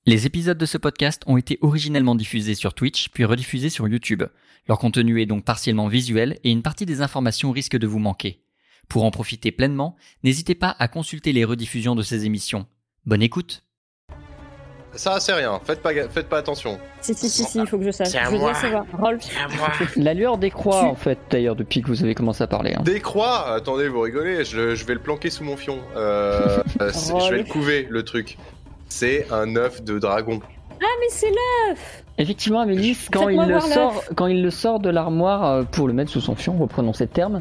Les épisodes de ce podcast ont été originellement diffusés sur Twitch, puis rediffusés sur YouTube. Leur contenu est donc partiellement visuel et une partie des informations risque de vous manquer. Pour en profiter pleinement, n'hésitez pas à consulter les rediffusions de ces émissions. Bonne écoute. Ça, c'est rien. Faites pas attention. Si, il faut que je sache. Je dois savoir. Rolf. La lueur décroît, en fait, d'ailleurs, depuis que vous avez commencé à parler. Décroît ? Attendez, vous rigolez. Je vais le planquer sous mon fion. Je vais le couver, le truc. C'est un œuf de dragon. Ah, mais c'est l'œuf. Effectivement, Amélie, quand il le sort de l'armoire pour le mettre sous son fion, reprenons ces termes,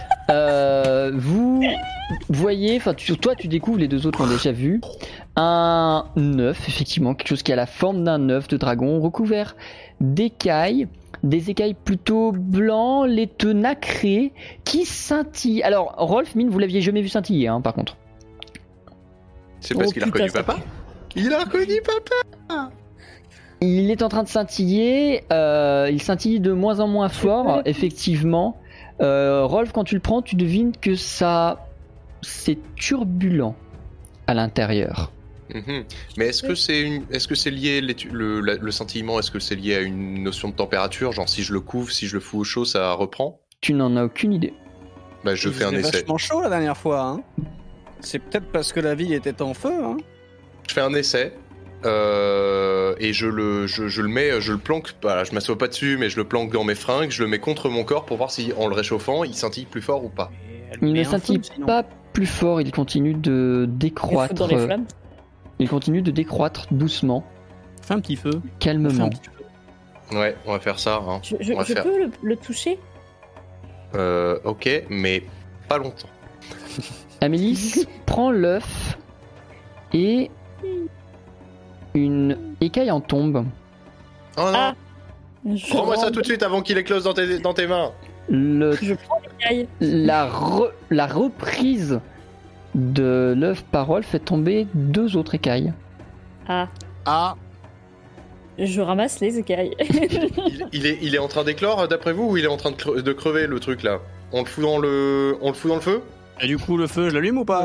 vous voyez, enfin toi tu découvres, les deux autres l'ont déjà vu, un œuf, effectivement, quelque chose qui a la forme d'un œuf de dragon, recouvert d'écailles, des écailles plutôt blancs, laiteux, nacrés, qui scintillent. Alors, Rolf, Mine, vous l'aviez jamais vu scintiller, hein, par contre. C'est parce qu'il a reconnu papa. Il a reconnu papa. Il est en train de scintiller, il scintille de moins en moins fort, effectivement. Rolf, quand tu le prends, tu devines que c'est turbulent à l'intérieur. Mais est-ce que c'est lié le scintillement, est-ce que c'est lié à une notion de température, genre si je le couvre, si je le fous au chaud, ça reprend? Tu n'en as aucune idée. Bah je fais un essai. C'était vachement chaud la dernière fois, hein. C'est peut-être parce que la ville était en feu, hein. Je fais un essai. Et je le mets, je le planque, voilà, je m'assois pas dessus, mais je le planque dans mes fringues, je le mets contre mon corps pour voir si en le réchauffant, il scintille plus fort ou pas. Il ne scintille pas plus fort, il continue de décroître. Dans les flammes. Il continue de décroître doucement. Fais un petit feu. Calmement. Ouais, on va faire ça. Hein. Je peux le toucher ? Ok, mais pas longtemps. Amélie prend l'œuf et une écaille en tombe. Oh non. Prends-moi ça tout de suite avant qu'il éclose dans tes mains. Je prends l'écaille. La reprise de l'œuf par Rolf fait tomber 2 autres écailles. Ah. Je ramasse les écailles. il est en train d'éclore d'après vous, ou il est en train de crever le truc là? On le fout dans le feu? Et du coup, le feu, je l'allume ou pas?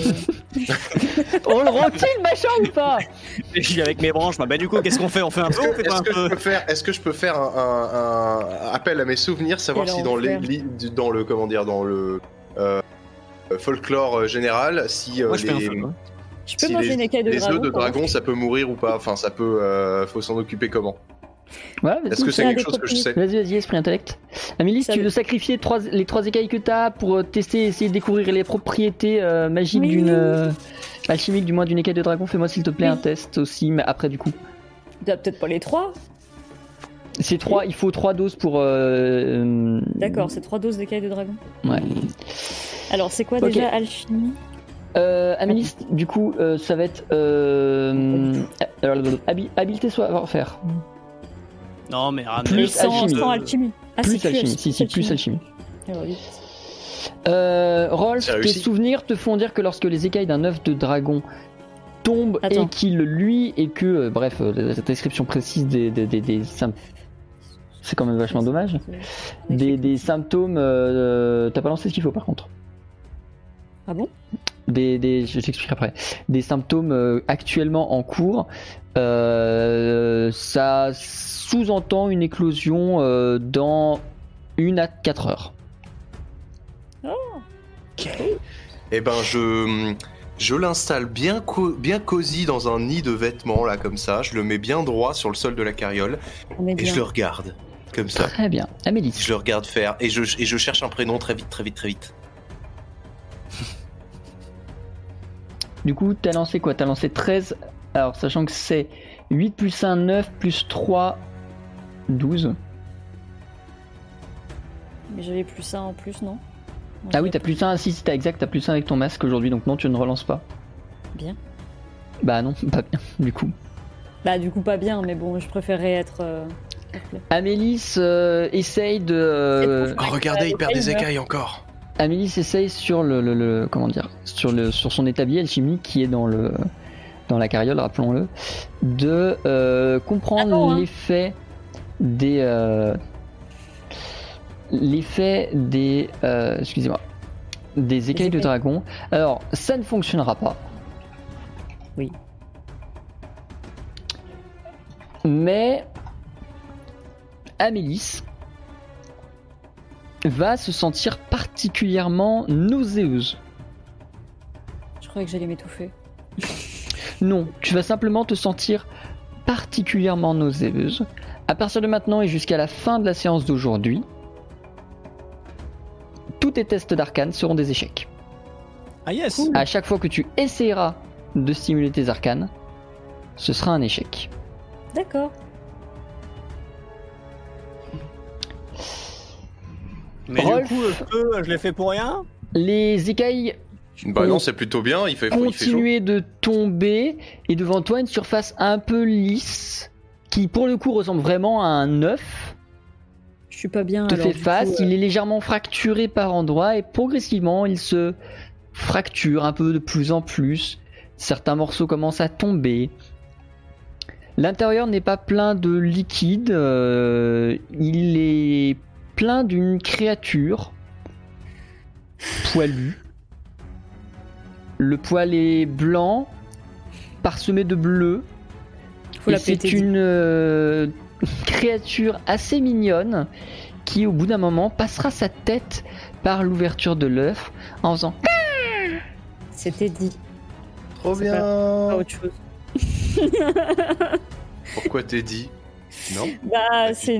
On le rôtit le machin ou pas? Je suis avec mes branches, bah du coup, qu'est-ce qu'on fait? On fait un feu ou on fait pas un feu? Est-ce que je peux faire un appel à mes souvenirs, savoir si dans le folklore général, si Moi, je fais un feu, hein. Je peux manger une écaille de dragon. Les œufs de dragon, ça peut mourir ou pas? Enfin, ça peut. Faut s'en occuper comment? Ouais, est-ce que c'est quelque chose que je sais? Vas-y, esprit intellect. Amélie, si tu veux sacrifier les 3 écailles que t'as pour tester, essayer de découvrir les propriétés magiques alchimiques du moins d'une écaille de dragon, fais-moi s'il te plaît un test aussi, mais après du coup. Peut-être pas les 3. C'est 3, il faut 3 doses pour. D'accord, c'est 3 doses d'écailles de dragon. Ouais. Alors c'est quoi déjà alchimie? Amélie, du coup, ça va être habileté savoir-faire. Non, mais plus alchimie. Sans alchimie. Plus alchimie, plus alchimie. Rolf, tes souvenirs te font dire que lorsque les écailles d'un œuf de dragon tombent et qu'il lui et que, bref, la description précise des symptômes. C'est quand même vachement dommage. Des symptômes. T'as pas lancé ce qu'il faut par contre. Ah bon? Je t'explique après. Des symptômes actuellement en cours, ça sous-entend une éclosion dans 1 à 4 heures. Oh. Eh ben je l'installe bien cosy dans un nid de vêtements là comme ça. Je le mets bien droit sur le sol de la carriole et je le regarde comme ça. Très bien, Amélie. Je le regarde faire et je cherche un prénom très vite. Du coup, t'as lancé quoi? T'as lancé 13. Alors, sachant que c'est 8 plus 1, 9 plus 3, 12. Mais j'avais plus 1 en plus, non? Ah oui, t'as plus 1, si t'as exact, t'as plus 1 avec ton masque aujourd'hui, donc non, tu ne relances pas. Bien. Bah non, pas bien, du coup. Bah du coup pas bien, mais bon, je préférerais être... Amélie essaye de... regardez, il perd des écailles encore. Amélie essaye sur sur son établi alchimique qui est dans la carriole, rappelons-le, de comprendre l'effet des écailles de dragon. Alors, ça ne fonctionnera pas. Oui. Mais Amélis va se sentir particulièrement nauséeuse. Je croyais que j'allais m'étouffer. Non, tu vas simplement te sentir particulièrement nauséeuse. À partir de maintenant et jusqu'à la fin de la séance d'aujourd'hui, tous tes tests d'arcane seront des échecs. Ah yes. À chaque fois que tu essaieras de stimuler tes arcanes, ce sera un échec. D'accord. Mais Rolf, du coup, le feu, je l'ai fait pour rien. les écailles Bah non, c'est plutôt bien, il fait chaud. continuer de tomber et devant toi une surface un peu lisse qui pour le coup ressemble vraiment à un œuf Je suis pas bien. te alors, fait du face. coup, Il est légèrement fracturé par endroits et progressivement il se fracture un peu de plus en plus. Certains morceaux commencent à tomber. L'intérieur n'est pas plein de liquide, il est plein d'une créature poilue. Le poil est blanc, parsemé de bleu. faut Et l'appeler c'est Teddy. une créature assez mignonne qui, au bout d'un moment, passera sa tête par l'ouverture de l'œuf en faisant. C'était dit. Trop C'est bien. Pas autre chose. Pourquoi t'es dit? Non. Bah, c'est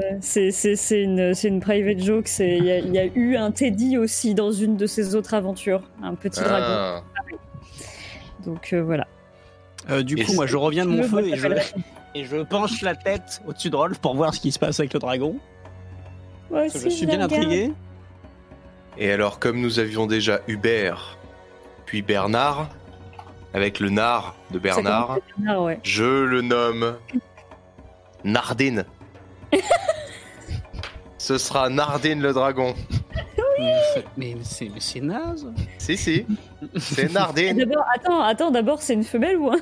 une private joke. Il y a eu un Teddy aussi dans une de ses autres aventures, un petit dragon. Ah. Donc voilà. Du Et coup, moi, je reviens de mon Le feu mot et je penche la tête au-dessus de Rolf pour voir ce qui se passe avec le dragon. Moi Parce que aussi, je suis bien regarde. intrigué. Et alors, comme nous avions déjà Hubert, puis Bernard, avec le nard de Ça Bernard, commence à devenir, ouais. je le nomme Nardine. Ce sera Nardine le dragon. Mais c'est naze. Si, si. C'est Nardine. D'abord, attends, d'abord, c'est une femelle ou un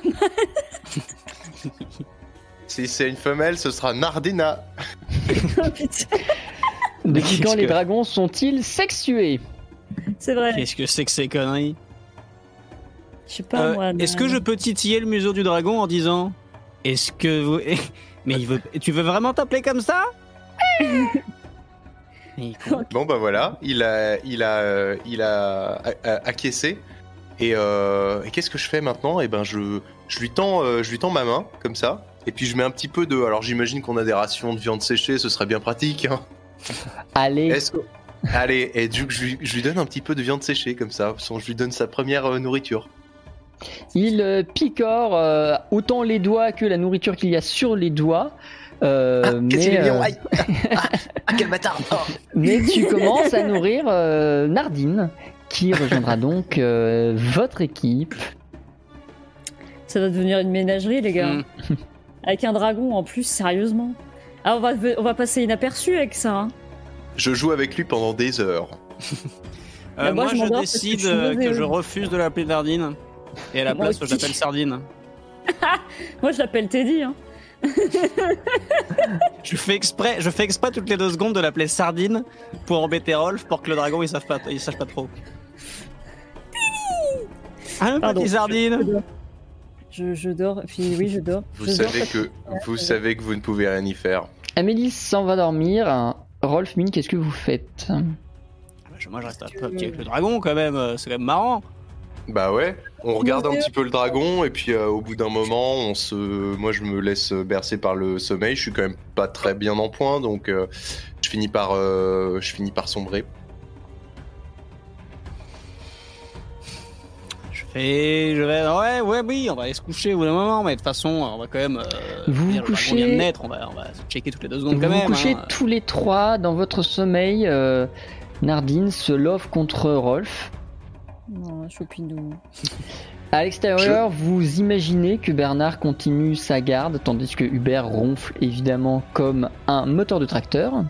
Si c'est une femelle, ce sera Nardina. Oh, putain. Depuis quand Qu'est-ce les que- dragons sont-ils sexués? C'est vrai. Qu'est-ce que c'est que ces conneries? Je sais pas, moi. Est-ce que je peux titiller le museau du dragon en disant est-ce que vous... Mais tu veux vraiment t'appeler comme ça? Il est con. Bon bah voilà, il a acquiescé. Et qu'est-ce que je fais maintenant? Et ben je lui tends ma main comme ça. Et puis je mets un petit peu de. Alors j'imagine qu'on a des rations de viande séchée, ce serait bien pratique. Hein. Allez, Allez, et du coup je lui donne un petit peu de viande séchée comme ça. Je lui donne sa première nourriture. il picore autant les doigts que la nourriture qu'il y a sur les doigts. Qu'est-ce qu'il est mignon, aïe. Quel bâtard. Oh. Mais tu commences à nourrir Nardine, qui rejoindra donc votre équipe. Ça va devenir une ménagerie, les gars. Mm. Avec un dragon en plus, sérieusement. Ah, on va passer inaperçu avec ça. Hein. Je joue avec lui pendant des heures. Bah, moi, Moi, je je m'endors parce que décide je suis mauvaise. que je refuse de l'appeler Nardine. Et à la Moi place, je aussi. l'appelle Sardine. Moi, je l'appelle Teddy. Hein. Je fais exprès toutes les 2 secondes de l'appeler Sardine pour embêter Rolf pour que le dragon il sache pas trop. Ah, le Pardon. petit Sardine. Je dors. Puis oui, je dors. Vous Je dors savez parce que vous ne pouvez rien y faire. Amélie s'en va dormir. Rolf, Mine, qu'est-ce que vous faites? Moi, je reste un peu avec le dragon quand même. C'est quand même marrant. Bah ouais, on regarde un petit peu le dragon et puis au bout d'un moment, moi je me laisse bercer par le sommeil. Je suis quand même pas très bien en point, donc je finis par sombrer. Oui, on va aller se coucher au bout d'un moment, mais de toute façon, on va quand même. Vous le vous dragon vient de couchez- naître, on va se checker toutes les 2 secondes Vous quand vous même. couchez hein. tous les trois dans votre sommeil. Nardine se love contre Rolf. Non, choupidou. À l'extérieur, vous imaginez que Bernard continue sa garde, tandis que Hubert ronfle évidemment comme un moteur de tracteur.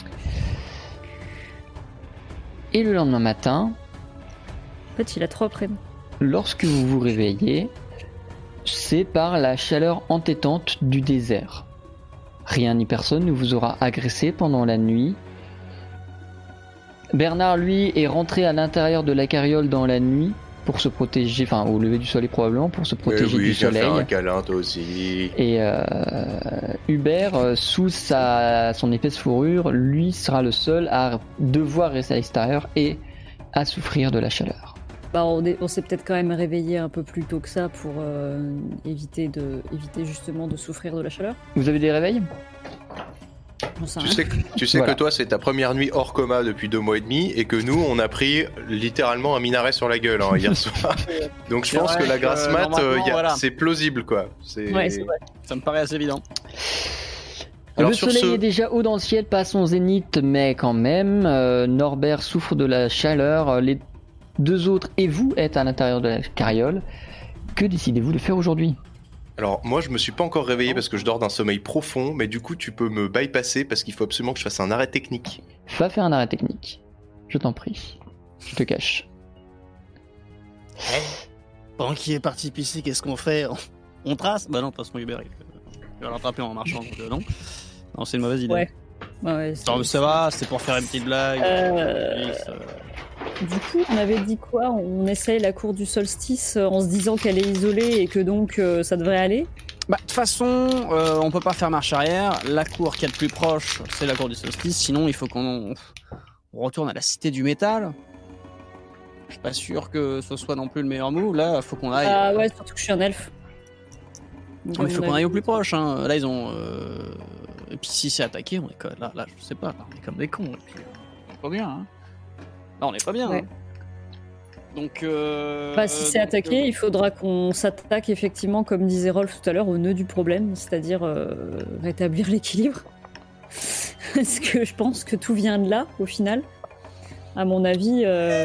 Et le lendemain matin, En fait, il a 3 prénoms. lorsque vous vous réveillez, c'est par la chaleur entêtante du désert. Rien ni personne ne vous aura agressé pendant la nuit. Bernard, lui, est rentré à l'intérieur de la carriole dans la nuit pour se protéger, enfin au lever du soleil probablement, pour se protéger du soleil. Faire un câlin toi aussi. Et Hubert, sous son épaisse fourrure, lui sera le seul à devoir rester à l'extérieur et à souffrir de la chaleur. Bah, on s'est peut-être quand même réveillé un peu plus tôt que ça pour éviter justement de souffrir de la chaleur. Vous avez des réveils ? Tu sais que toi c'est ta première nuit hors coma depuis 2 mois et demi et que nous on a pris littéralement un minaret sur la gueule hier soir. Donc je pense que la grasse mat c'est plausible quoi. Ouais, c'est vrai. Ça me paraît assez évident. Alors, le soleil est déjà haut dans le ciel, pas à son zénith, mais quand même, Norbert souffre de la chaleur, les 2 autres et vous êtes à l'intérieur de la carriole. Que décidez-vous de faire aujourd'hui ? Alors moi je me suis pas encore réveillé parce que je dors d'un sommeil profond, mais du coup tu peux me bypasser parce qu'il faut absolument que je fasse un arrêt technique. Va faire un arrêt technique, je t'en prie, je te cache. Pendant qu'il est parti pisser, qu'est-ce qu'on fait ? On trace ? Bah non, de toute façon Hubert il va l'attraper en marchant, donc non, c'est une mauvaise idée. Ouais. Non mais ça va, c'est pour faire une petite blague. Du coup, on avait dit quoi ? On essaye la cour du solstice en se disant qu'elle est isolée et que donc ça devrait aller ? Bah, de toute façon, on peut pas faire marche arrière. La cour qui est le plus proche, c'est la cour du solstice. Sinon, il faut qu'on retourne à la cité du métal. Je suis pas sûr que ce soit non plus le meilleur move. Là, il faut qu'on aille. Ah ouais, surtout que je suis un elfe. Donc, il faut qu'on aille au plus proche. Hein. Là, ils ont. Et puis, si c'est attaqué, on est quand même... Là, je sais pas. Là, on est comme des cons. Là. On est pas bien. Hein. Là, on est pas bien. Ouais. Hein. Donc. Si c'est attaqué, il faudra qu'on s'attaque effectivement, comme disait Rolf tout à l'heure, au nœud du problème, c'est-à-dire rétablir l'équilibre. Parce que je pense que tout vient de là, au final. À mon avis.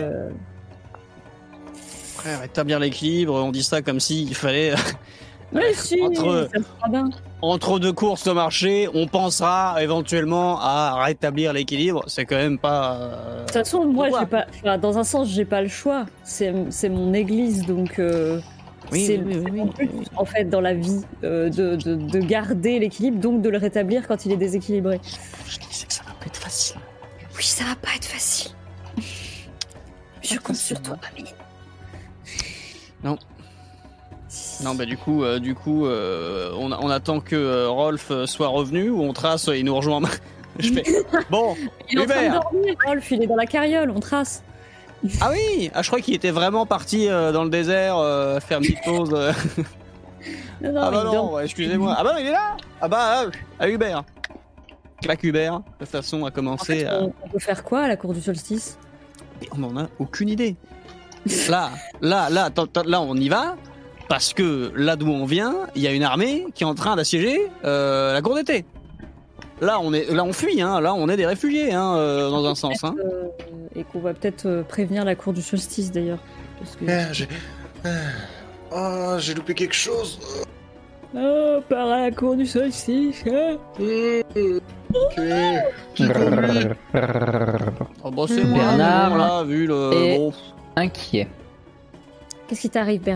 Après, rétablir l'équilibre, on dit ça comme s'il fallait. Ouais, si, ça sera bien. Entre 2 courses au marché, on pensera éventuellement à rétablir l'équilibre. C'est quand même pas. De toute façon, moi, j'ai pas. Enfin, dans un sens, j'ai pas le choix. C'est mon église, donc. C'est mon but, en fait, dans la vie, de garder l'équilibre, donc de le rétablir quand il est déséquilibré. Je disais que ça va pas être facile. Oui, ça va pas être facile. Je compte sur toi, Amélie. Non. Non, bah du coup, on attend que Rolf soit revenu ou on trace et il nous rejoint. Je fais. Bon, il est en train de dormir, Rolf, il est dans la carriole, on trace. Ah oui, je crois qu'il était vraiment parti dans le désert faire une petite pause. Non, ah bah non, ouais, excusez-moi. Ah bah non, il est là. Ah bah à Hubert. Claque Hubert, de toute façon, a commencé en fait, on peut faire quoi à la cour du solstice ? Et on n'en a aucune idée. Là, on y va. Parce que là d'où on vient, il y a une armée qui est en train d'assiéger la cour d'été. Là on fuit, hein. Là on est des réfugiés, hein, dans un sens. Hein. Et qu'on va peut-être prévenir la cour du solstice d'ailleurs. Parce que... j'ai loupé quelque chose. Oh, par à la cour du solstice. Hein. Oh, bon, c'est Bernard là, vu le. est bon. inquiet. Qu'est-ce qui t'arrive, Bernard ?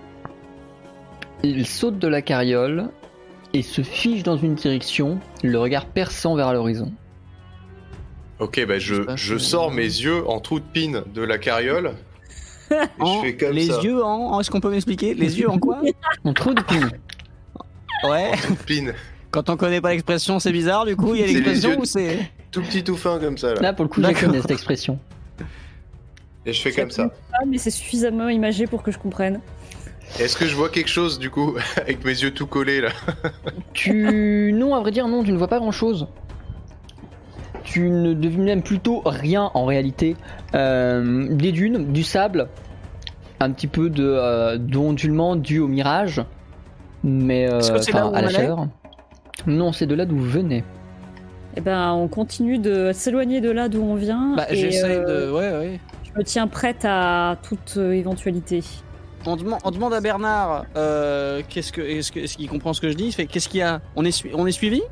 Il saute de la carriole et se fige dans une direction, le regard perçant vers l'horizon. Ok, bah je sors mes yeux en trou de pine de la carriole. Je fais comme les ça. Yeux en... Est-ce qu'on peut m'expliquer ? Les yeux en quoi ? En trou de pine. Ouais. Trou de pine. Quand on connaît pas l'expression, c'est bizarre, du coup, il y a C'est l'expression les yeux ou c'est... Tout petit, tout fin comme ça là. Là, pour le coup, je connais cette expression. Et je fais comme ça. Ah, mais c'est suffisamment imagé pour que je comprenne. Est-ce que je vois quelque chose du coup avec mes yeux tout collés là ? Non, à vrai dire, non, tu ne vois pas grand-chose. Tu ne devines même plutôt rien en réalité. Des dunes, du sable, un petit peu d'ondulement dû au mirage, mais à la chaleur. Non, c'est de là d'où vous venez. Eh ben, on continue de s'éloigner de là d'où on vient. Bah, j'essaie de... Ouais. Je me tiens prête à toute éventualité. On demande à Bernard est-ce qu'il comprend ce que je dis. Il fait qu'est-ce qu'il y a. On est suivi.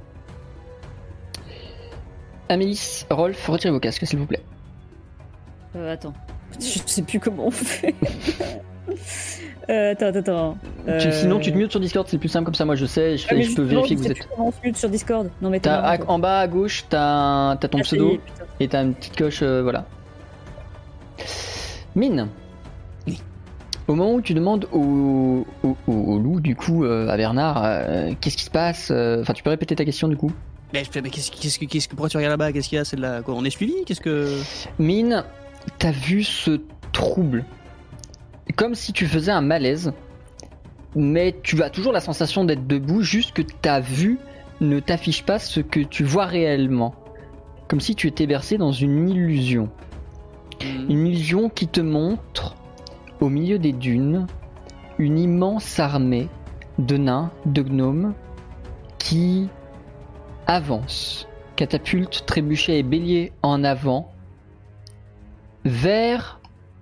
Amélis, Rolf, retirez vos casques s'il vous plaît. Attends, je sais plus comment on fait. Attends. Sinon tu te mutes sur Discord, c'est plus simple comme ça. Moi je sais, je peux vérifier que vous êtes. Comment on se mute sur Discord ? Non mais en bas à gauche, t'as ton pseudo et t'as une petite coche, voilà. Mine. Au moment où tu demandes au loup, du coup, à Bernard, qu'est-ce qui se passe? Enfin, tu peux répéter ta question, du coup? Mais pourquoi tu regardes là-bas? Qu'est-ce qu'il y a? C'est de la... Quoi, on est suivi? Qu'est-ce que... Mine, t'as vu ce trouble. Comme si tu faisais un malaise, mais tu as toujours la sensation d'être debout, juste que ta vue ne t'affiche pas ce que tu vois réellement. Comme si tu étais bercé dans une illusion. Une illusion qui te montre, au milieu des dunes, une immense armée de nains, de gnomes, qui avance, catapulte, trébuchet et bélier en avant, vers...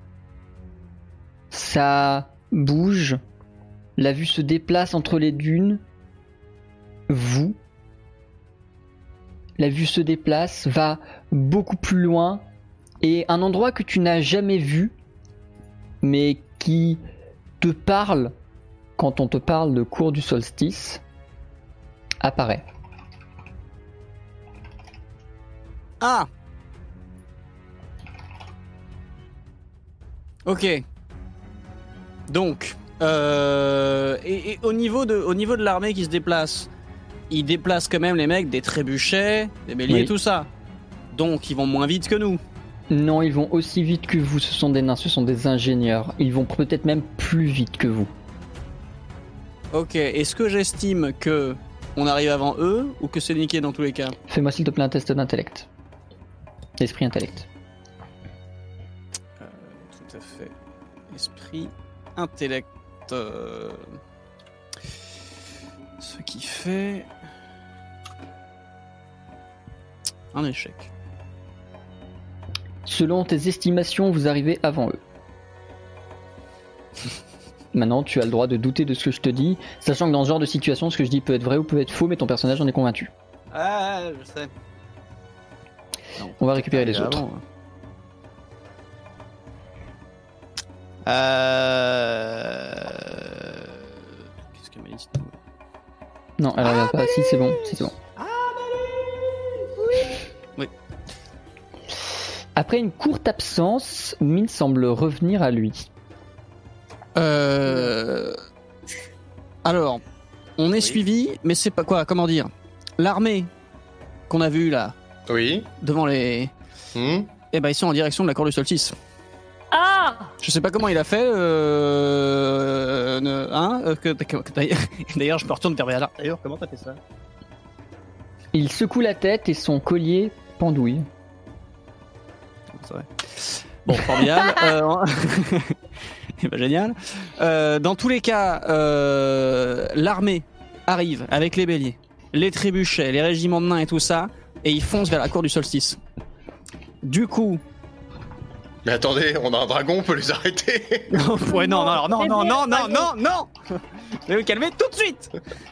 Ça bouge, la vue se déplace entre les dunes, la vue se déplace, va beaucoup plus loin, et un endroit que tu n'as jamais vu, mais qui te parle quand on te parle de cour du solstice, apparaît. Ah! Ok. Donc, et au niveau de l'armée qui se déplace, ils déplacent quand même les mecs des trébuchets, des béliers, tout ça. Donc, ils vont moins vite que nous. Non, ils vont aussi vite que vous. Ce sont des nains, ce sont des ingénieurs. Ils vont peut-être même plus vite que vous. Ok. Est-ce que j'estime que on arrive avant eux ou que c'est niqué dans tous les cas? Fais-moi s'il te plaît un test d'intellect. Esprit intellect. Tout à fait. Esprit intellect. Ce qui fait un échec. Selon tes estimations, vous arrivez avant eux. Maintenant, tu as le droit de douter de ce que je te dis, sachant que dans ce genre de situation, ce que je dis peut être vrai ou peut être faux, mais ton personnage en est convaincu. Ah, je sais. Non, on va récupérer les autres. Avant. Qu'est-ce que m'a dit? Non, elle regarde pas. Si, c'est bon, c'est bon. Oui. Après une courte absence, Mine semble revenir à lui. Alors, on est suivi, mais c'est pas quoi, comment dire? L'armée qu'on a vue là, devant les... Eh ben ils sont en direction de la cour du solstice. Ah! Je sais pas comment il a fait. D'ailleurs, je me retourne vers Bernard. D'ailleurs, comment t'as fait ça? Il secoue la tête et son collier pendouille. C'est vrai. Bon, formidable. Ben, génial. Dans tous les cas, l'armée arrive avec les béliers, les trébuchets, les régiments de nains et tout ça, et ils foncent vers la cour du solstice. Du coup... Mais attendez, on a un dragon, on peut les arrêter. Ouais, non. Mais vous calmez tout de suite.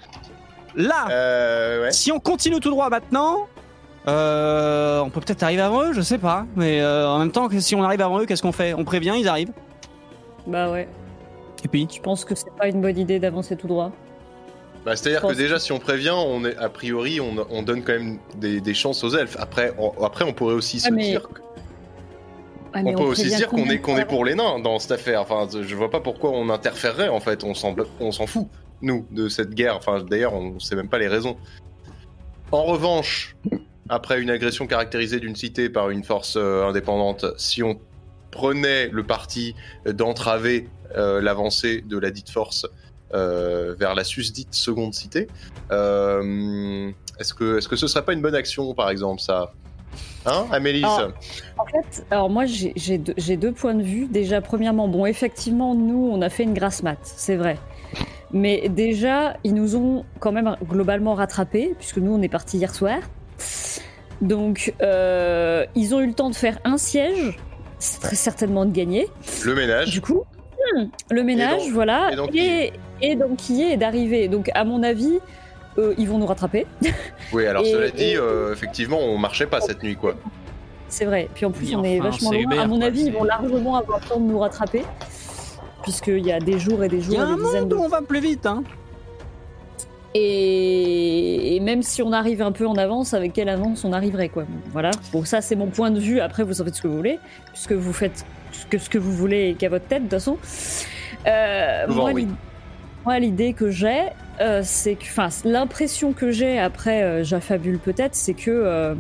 Là, si on continue tout droit maintenant, on peut peut-être arriver avant eux, je sais pas. Mais en même temps, si on arrive avant eux, qu'est-ce qu'on fait? On prévient, ils arrivent. Bah ouais. Et puis Je pense que c'est pas une bonne idée d'avancer tout droit. Bah, c'est-à-dire que déjà, si on prévient, on est, a priori, on donne quand même des chances aux elfes. Après, on pourrait aussi se dire... on peut aussi se dire qu'on est pour les nains dans cette affaire. Enfin, je vois pas pourquoi on interférerait, en fait. On s'en fout, nous, de cette guerre. Enfin, d'ailleurs, on sait même pas les raisons. En revanche, après une agression caractérisée d'une cité par une force indépendante, si on prenait le parti d'entraver l'avancée de la dite force vers la susdite seconde cité, est-ce que ce serait pas une bonne action, par exemple, ça? Hein, Amélie? En fait, alors moi j'ai deux points de vue. Déjà, premièrement, bon, effectivement, nous on a fait une grasse mat, c'est vrai. Mais déjà, ils nous ont quand même globalement rattrapés, puisque nous on est partis hier soir. Donc, ils ont eu le temps de faire un siège, c'est très certainement de gagner. Le ménage. Du coup, le ménage, voilà. Et donc qui est d'arriver. Donc, à mon avis. Ils vont nous rattraper. Oui, alors cela dit, effectivement, on marchait pas cette nuit, quoi. C'est vrai. Puis en plus, on est vachement loin. Hubert, à mon avis, ils vont largement avoir le temps de nous rattraper, puisqu'il y a des jours et des jours. Il y a un monde où on va plus vite, hein. Et même si on arrive un peu en avance, avec quelle avance on arriverait, quoi. Voilà. Bon, ça c'est mon point de vue. Après, vous en faites ce que vous voulez, puisque vous faites ce que vous voulez et qu'à votre tête, de toute façon. Moi, l'idée que j'ai, c'est que, enfin, l'impression que j'ai après, j'affabule peut-être, c'est que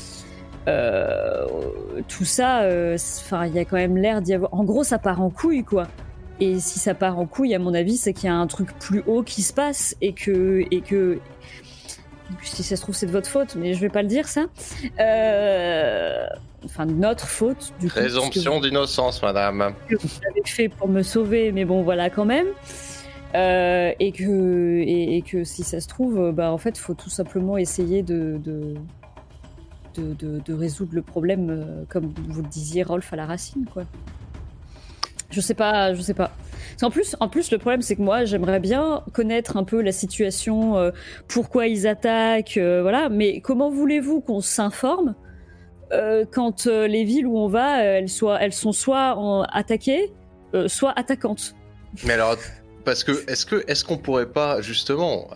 tout ça, enfin, il y a quand même l'air d'y avoir. En gros, ça part en couille, quoi. Et si ça part en couille, à mon avis, c'est qu'il y a un truc plus haut qui se passe et que si ça se trouve, c'est de votre faute, mais je vais pas le dire, ça. Enfin, de notre faute, du coup. Présomption d'innocence, madame. Que vous avez fait pour me sauver, mais bon, voilà, quand même. Et que si ça se trouve, bah, en fait, faut tout simplement essayer de résoudre le problème, comme vous le disiez, Rolf, à la racine, quoi. Je sais pas. En plus, le problème, c'est que moi, j'aimerais bien connaître un peu la situation, pourquoi ils attaquent, voilà. Mais comment voulez-vous qu'on s'informe quand les villes où on va, elles sont soit attaquées, soit attaquantes? Mais alors, parce que est-ce qu'on pourrait pas justement,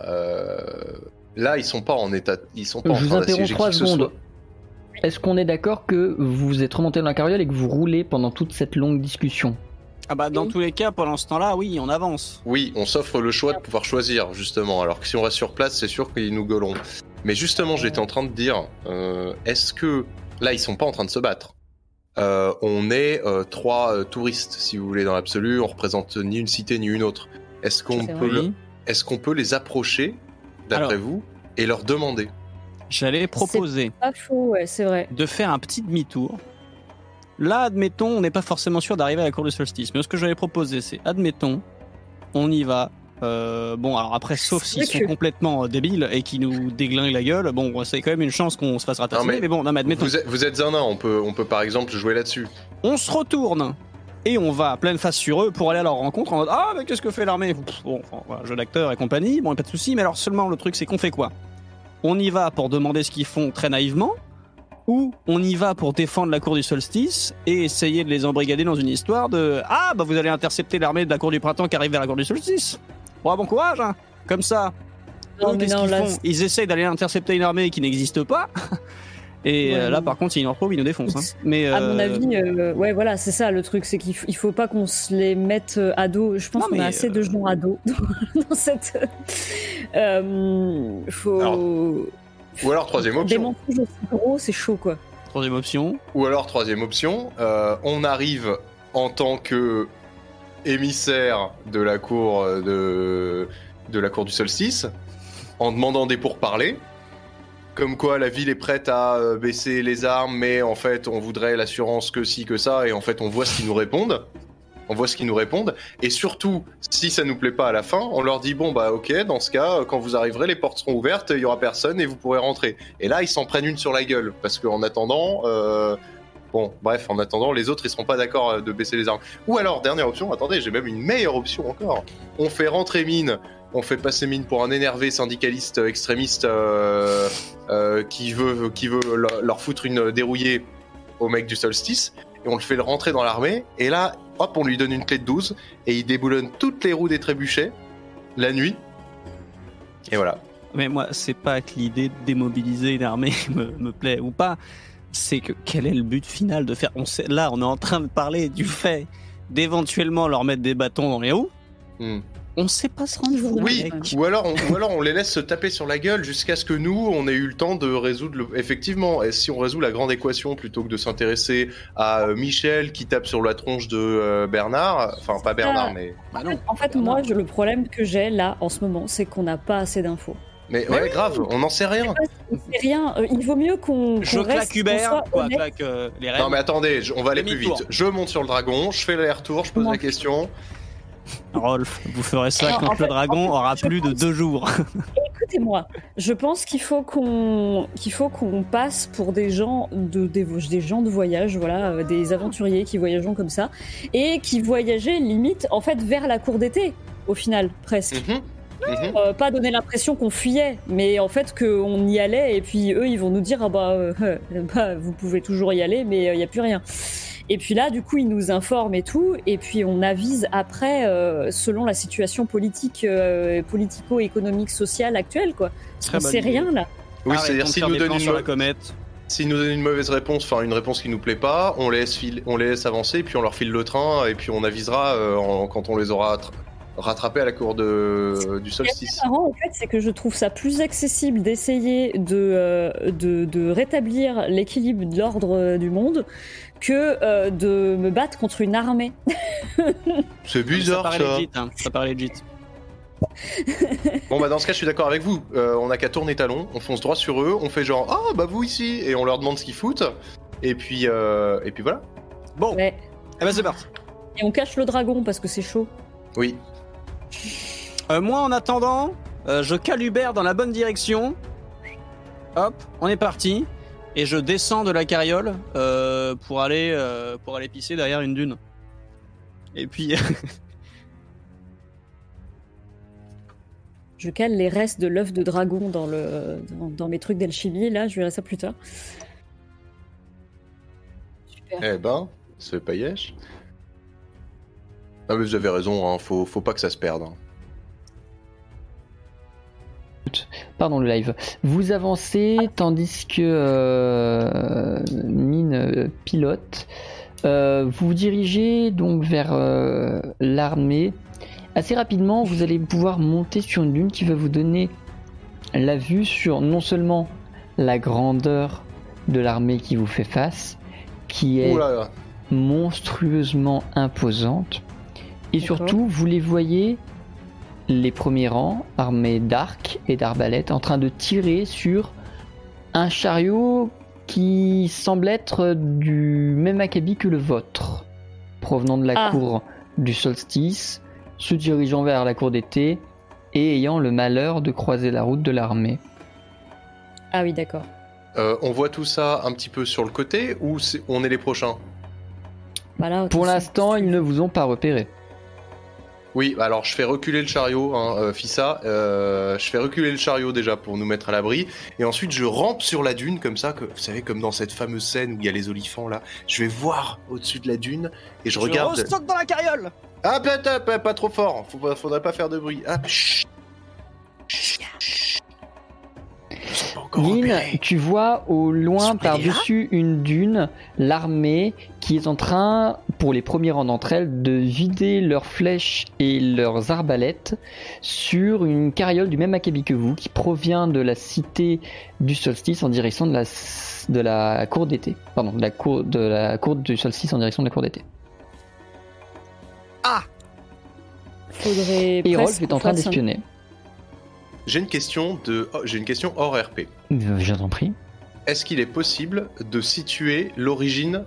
là, ils sont pas en état, ils sont pas en train d'assiéger qui que ce soit. Est-ce qu'on est d'accord que vous êtes remonté dans la carriole et que vous roulez pendant toute cette longue discussion? Ah bah dans tous les cas, pendant ce temps-là, oui, on avance. Oui, on s'offre le choix de pouvoir choisir, justement. Alors que si on reste sur place, c'est sûr qu'ils nous gueuleront. Mais justement, j'étais en train de dire, est-ce que... Là, ils sont pas en train de se battre. On est 3 touristes, si vous voulez, dans l'absolu. On représente ni une cité ni une autre. Est-ce qu'on peut les approcher, d'après vous, et leur demander? J'allais proposer... C'est pas faux, ouais, c'est vrai. De faire un petit demi-tour. Là, admettons, on n'est pas forcément sûr d'arriver à la cour du solstice. Mais ce que j'allais proposer, c'est, admettons, on y va. Bon, alors après, sauf s'ils sont complètement débiles et qu'ils nous déglinguent la gueule, bon, c'est quand même une chance qu'on se fasse ratasser. Mais bon, non, mais admettons. Vous êtes un nain, on peut par exemple jouer là-dessus. On se retourne et on va pleine face sur eux pour aller à leur rencontre en mode ah, mais qu'est-ce que fait l'armée? Bon, voilà, jeu d'acteur et compagnie, bon, pas de soucis, mais alors seulement le truc, c'est qu'on fait quoi? On y va pour demander ce qu'ils font très naïvement, ou on y va pour défendre la cour du solstice et essayer de les embrigader dans une histoire de ah, bah vous allez intercepter l'armée de la cour du printemps qui arrive vers la cour du solstice. Bon courage, hein. Comme ça. Non, qu'est-ce qu'ils font? Ils essayent d'aller intercepter une armée qui n'existe pas. Et là, par contre, s'ils nous retrouvent, ils nous défoncent. Hein. Mais à mon avis, ouais, voilà, c'est ça le truc, c'est qu'il faut pas qu'on se les mette à dos. Je pense qu'on a assez de gens à dos dans cette. Faut. Alors, ou alors troisième option. Des mensonges aussi gros, c'est chaud, quoi. Troisième option. Ou alors troisième option, on arrive en tant que émissaire de la cour de la cour du solstice, en demandant des pourparlers. Comme quoi la ville est prête à baisser les armes, mais en fait on voudrait l'assurance que ci, que ça, et en fait on voit ce qu'ils nous répondent. Et surtout, si ça nous plaît pas à la fin, on leur dit bon bah ok, dans ce cas, quand vous arriverez, les portes seront ouvertes, il y aura personne et vous pourrez rentrer. Et là ils s'en prennent une sur la gueule, parce qu'en attendant, en attendant, les autres ils seront pas d'accord de baisser les armes. Ou alors, dernière option, attendez, j'ai même une meilleure option encore. On fait rentrer Mine. On fait passer Mine pour un énervé syndicaliste extrémiste qui veut leur foutre une dérouillée au mec du solstice, et on le fait rentrer dans l'armée, et là, hop, on lui donne une clé de 12, et il déboulonne toutes les roues des trébuchets, la nuit, et voilà. Mais moi, c'est pas que l'idée de démobiliser une armée me plaît ou pas, c'est que quel est le but final de faire... Là, on est en train de parler du fait d'éventuellement leur mettre des bâtons dans les roues. On sait pas se rendre compte. Oui, ou alors on les laisse se taper sur la gueule jusqu'à ce que nous, on ait eu le temps de résoudre effectivement, et si on résout la grande équation plutôt que de s'intéresser à Michel qui tape sur la tronche de Bernard, enfin pas Bernard, mais... Bah non, en fait, moi, le problème que j'ai là, en ce moment, c'est qu'on n'a pas assez d'infos. Mais ouais, grave, on n'en sait rien. On sait rien, il vaut mieux qu'on je claque Hubert, quoi, claque les rêves. Non mais attendez, on va aller plus vite. Je monte sur le dragon, je fais l'aller-retour, je pose la question... Rolf, vous ferez ça quand le dragon aura plus de 2 jours. Écoutez-moi, je pense qu'il faut qu'on passe pour des gens des gens de voyage, voilà, des aventuriers qui voyageons comme ça, et qui voyageaient limite en fait vers la cour d'été, au final, presque. Pas donner l'impression qu'on fuyait, mais en fait qu'on y allait, et puis eux ils vont nous dire vous pouvez toujours y aller, mais il n'y a plus rien. Et puis là, du coup, ils nous informent et tout, et puis on avise après, selon la situation politique, politico-économique, sociale actuelle, quoi. On sait rien, là. Oui, c'est-à-dire s'ils nous donnent sur la comète. S'ils nous donnent une mauvaise réponse, enfin une réponse qui nous plaît pas, on les laisse avancer, puis on leur file le train, et puis on avisera quand on les aura rattrapés à la cour du solstice. Ce qui est marrant, en fait, c'est que je trouve ça plus accessible d'essayer de rétablir l'équilibre de l'ordre du monde que de me battre contre une armée. C'est bizarre, ça paraît legit. Bon bah dans ce cas je suis d'accord avec vous, on a qu'à tourner talon, on fonce droit sur eux, on fait genre ah bah vous ici, et on leur demande ce qu'ils foutent, et puis voilà. Bon, Ouais. eh ben c'est parti. Et on cache le dragon parce que c'est chaud. Oui. Moi en attendant, je cale Hubert dans la bonne direction. Hop, on est parti. Et je descends de la carriole pour aller pisser derrière une dune. Et puis... Je cale les restes de l'œuf de dragon dans mes trucs d'alchimie, là, je verrai ça plus tard. Super. Eh ben, c'est paillèche. Ah mais vous avez raison, hein, faut pas que ça se perde. Hein. Pardon le live. Vous avancez tandis que Mine pilote. Vous vous dirigez donc vers l'armée. Assez rapidement, vous allez pouvoir monter sur une dune qui va vous donner la vue sur non seulement la grandeur de l'armée qui vous fait face, qui est monstrueusement imposante, et surtout, vous les voyez, les premiers rangs, armés d'arcs et d'arbalètes, en train de tirer sur un chariot qui semble être du même acabit que le vôtre, provenant de la cour du solstice, se dirigeant vers la cour d'été et ayant le malheur de croiser la route de l'armée. Ah oui, d'accord. On voit tout ça un petit peu sur le côté ou on est les prochains? Voilà, pour l'instant, ils ne vous ont pas repéré. Oui, alors je fais reculer le chariot, Fissa. Je fais reculer le chariot déjà pour nous mettre à l'abri. Et ensuite, je rampe sur la dune comme ça, vous savez, comme dans cette fameuse scène où il y a les olifants là. Je vais voir au-dessus de la dune et je regarde. Je saute dans la carriole. Ah, pas trop fort. Faudrait pas faire de bruit. Ah, Lynn, tu vois au loin par-dessus une dune l'armée qui est en train, pour les premiers rangs d'entre elles, de vider leurs flèches et leurs arbalètes sur une carriole du même acabit que vous qui provient de la cité du solstice en direction de la cour d'été. Pardon, de la cour du solstice en direction de la cour d'été. Ah! Et Rolf est en train d'espionner. J'ai une question hors RP. Je t'en prie. Est-ce qu'il est possible de situer l'origine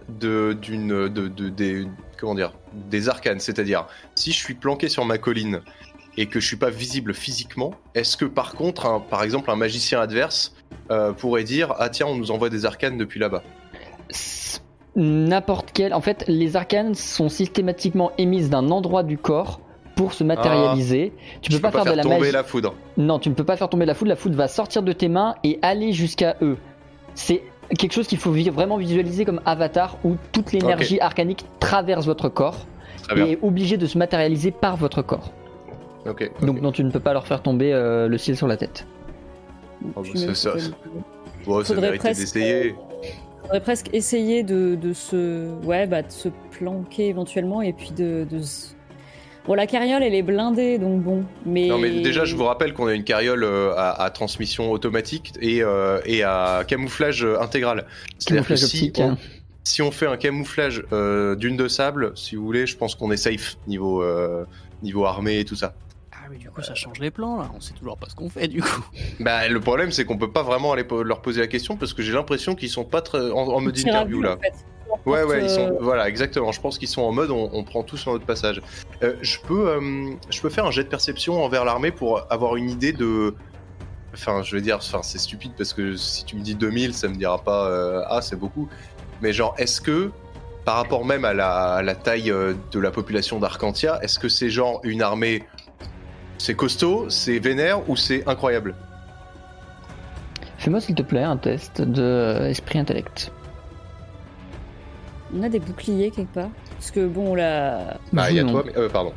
des arcanes? C'est-à-dire, si je suis planqué sur ma colline et que je suis pas visible physiquement, est-ce que par contre, par exemple, un magicien adverse pourrait dire ah tiens, on nous envoie des arcanes depuis là-bas? N'importe quel. En fait, les arcanes sont systématiquement émises d'un endroit du corps pour se matérialiser. Tu peux pas faire de la tomber magie. La foudre. Non, tu ne peux pas faire tomber la foudre. La foudre va sortir de tes mains et aller jusqu'à eux. C'est quelque chose qu'il faut vraiment visualiser comme Avatar, où toute l'énergie arcanique traverse votre corps et est obligée de se matérialiser par votre corps. Donc non, tu ne peux pas leur faire tomber le ciel sur la tête. C'est ça. Bon, ça mérite d'essayer. On faudrait presque essayer de se planquer éventuellement et puis Bon, la carriole, elle est blindée, donc bon. Non, mais déjà, je vous rappelle qu'on a une carriole à transmission automatique et à camouflage intégral. C'est-à-dire que si on fait un camouflage dune de sable, si vous voulez, je pense qu'on est safe niveau armée et tout ça. Ah oui, du coup, ça change les plans, là. On sait toujours pas ce qu'on fait, du coup. Bah, le problème, c'est qu'on peut pas vraiment aller leur poser la question parce que j'ai l'impression qu'ils sont pas très en mode interview, là. En fait. Ouais, ils sont. Voilà, exactement. Je pense qu'ils sont en mode on prend tout sur notre passage. Je peux faire un jet de perception envers l'armée pour avoir une idée de. Enfin, je veux dire, c'est stupide parce que si tu me dis 2000, ça me dira pas c'est beaucoup. Mais genre, est-ce que par rapport même à la taille de la population d'Arcantia, est-ce que c'est genre une armée, c'est costaud, c'est vénère ou c'est incroyable? Fais-moi s'il te plaît un test de esprit intellect. On a des boucliers quelque part. Parce que bon, il y a toi, mais pardon.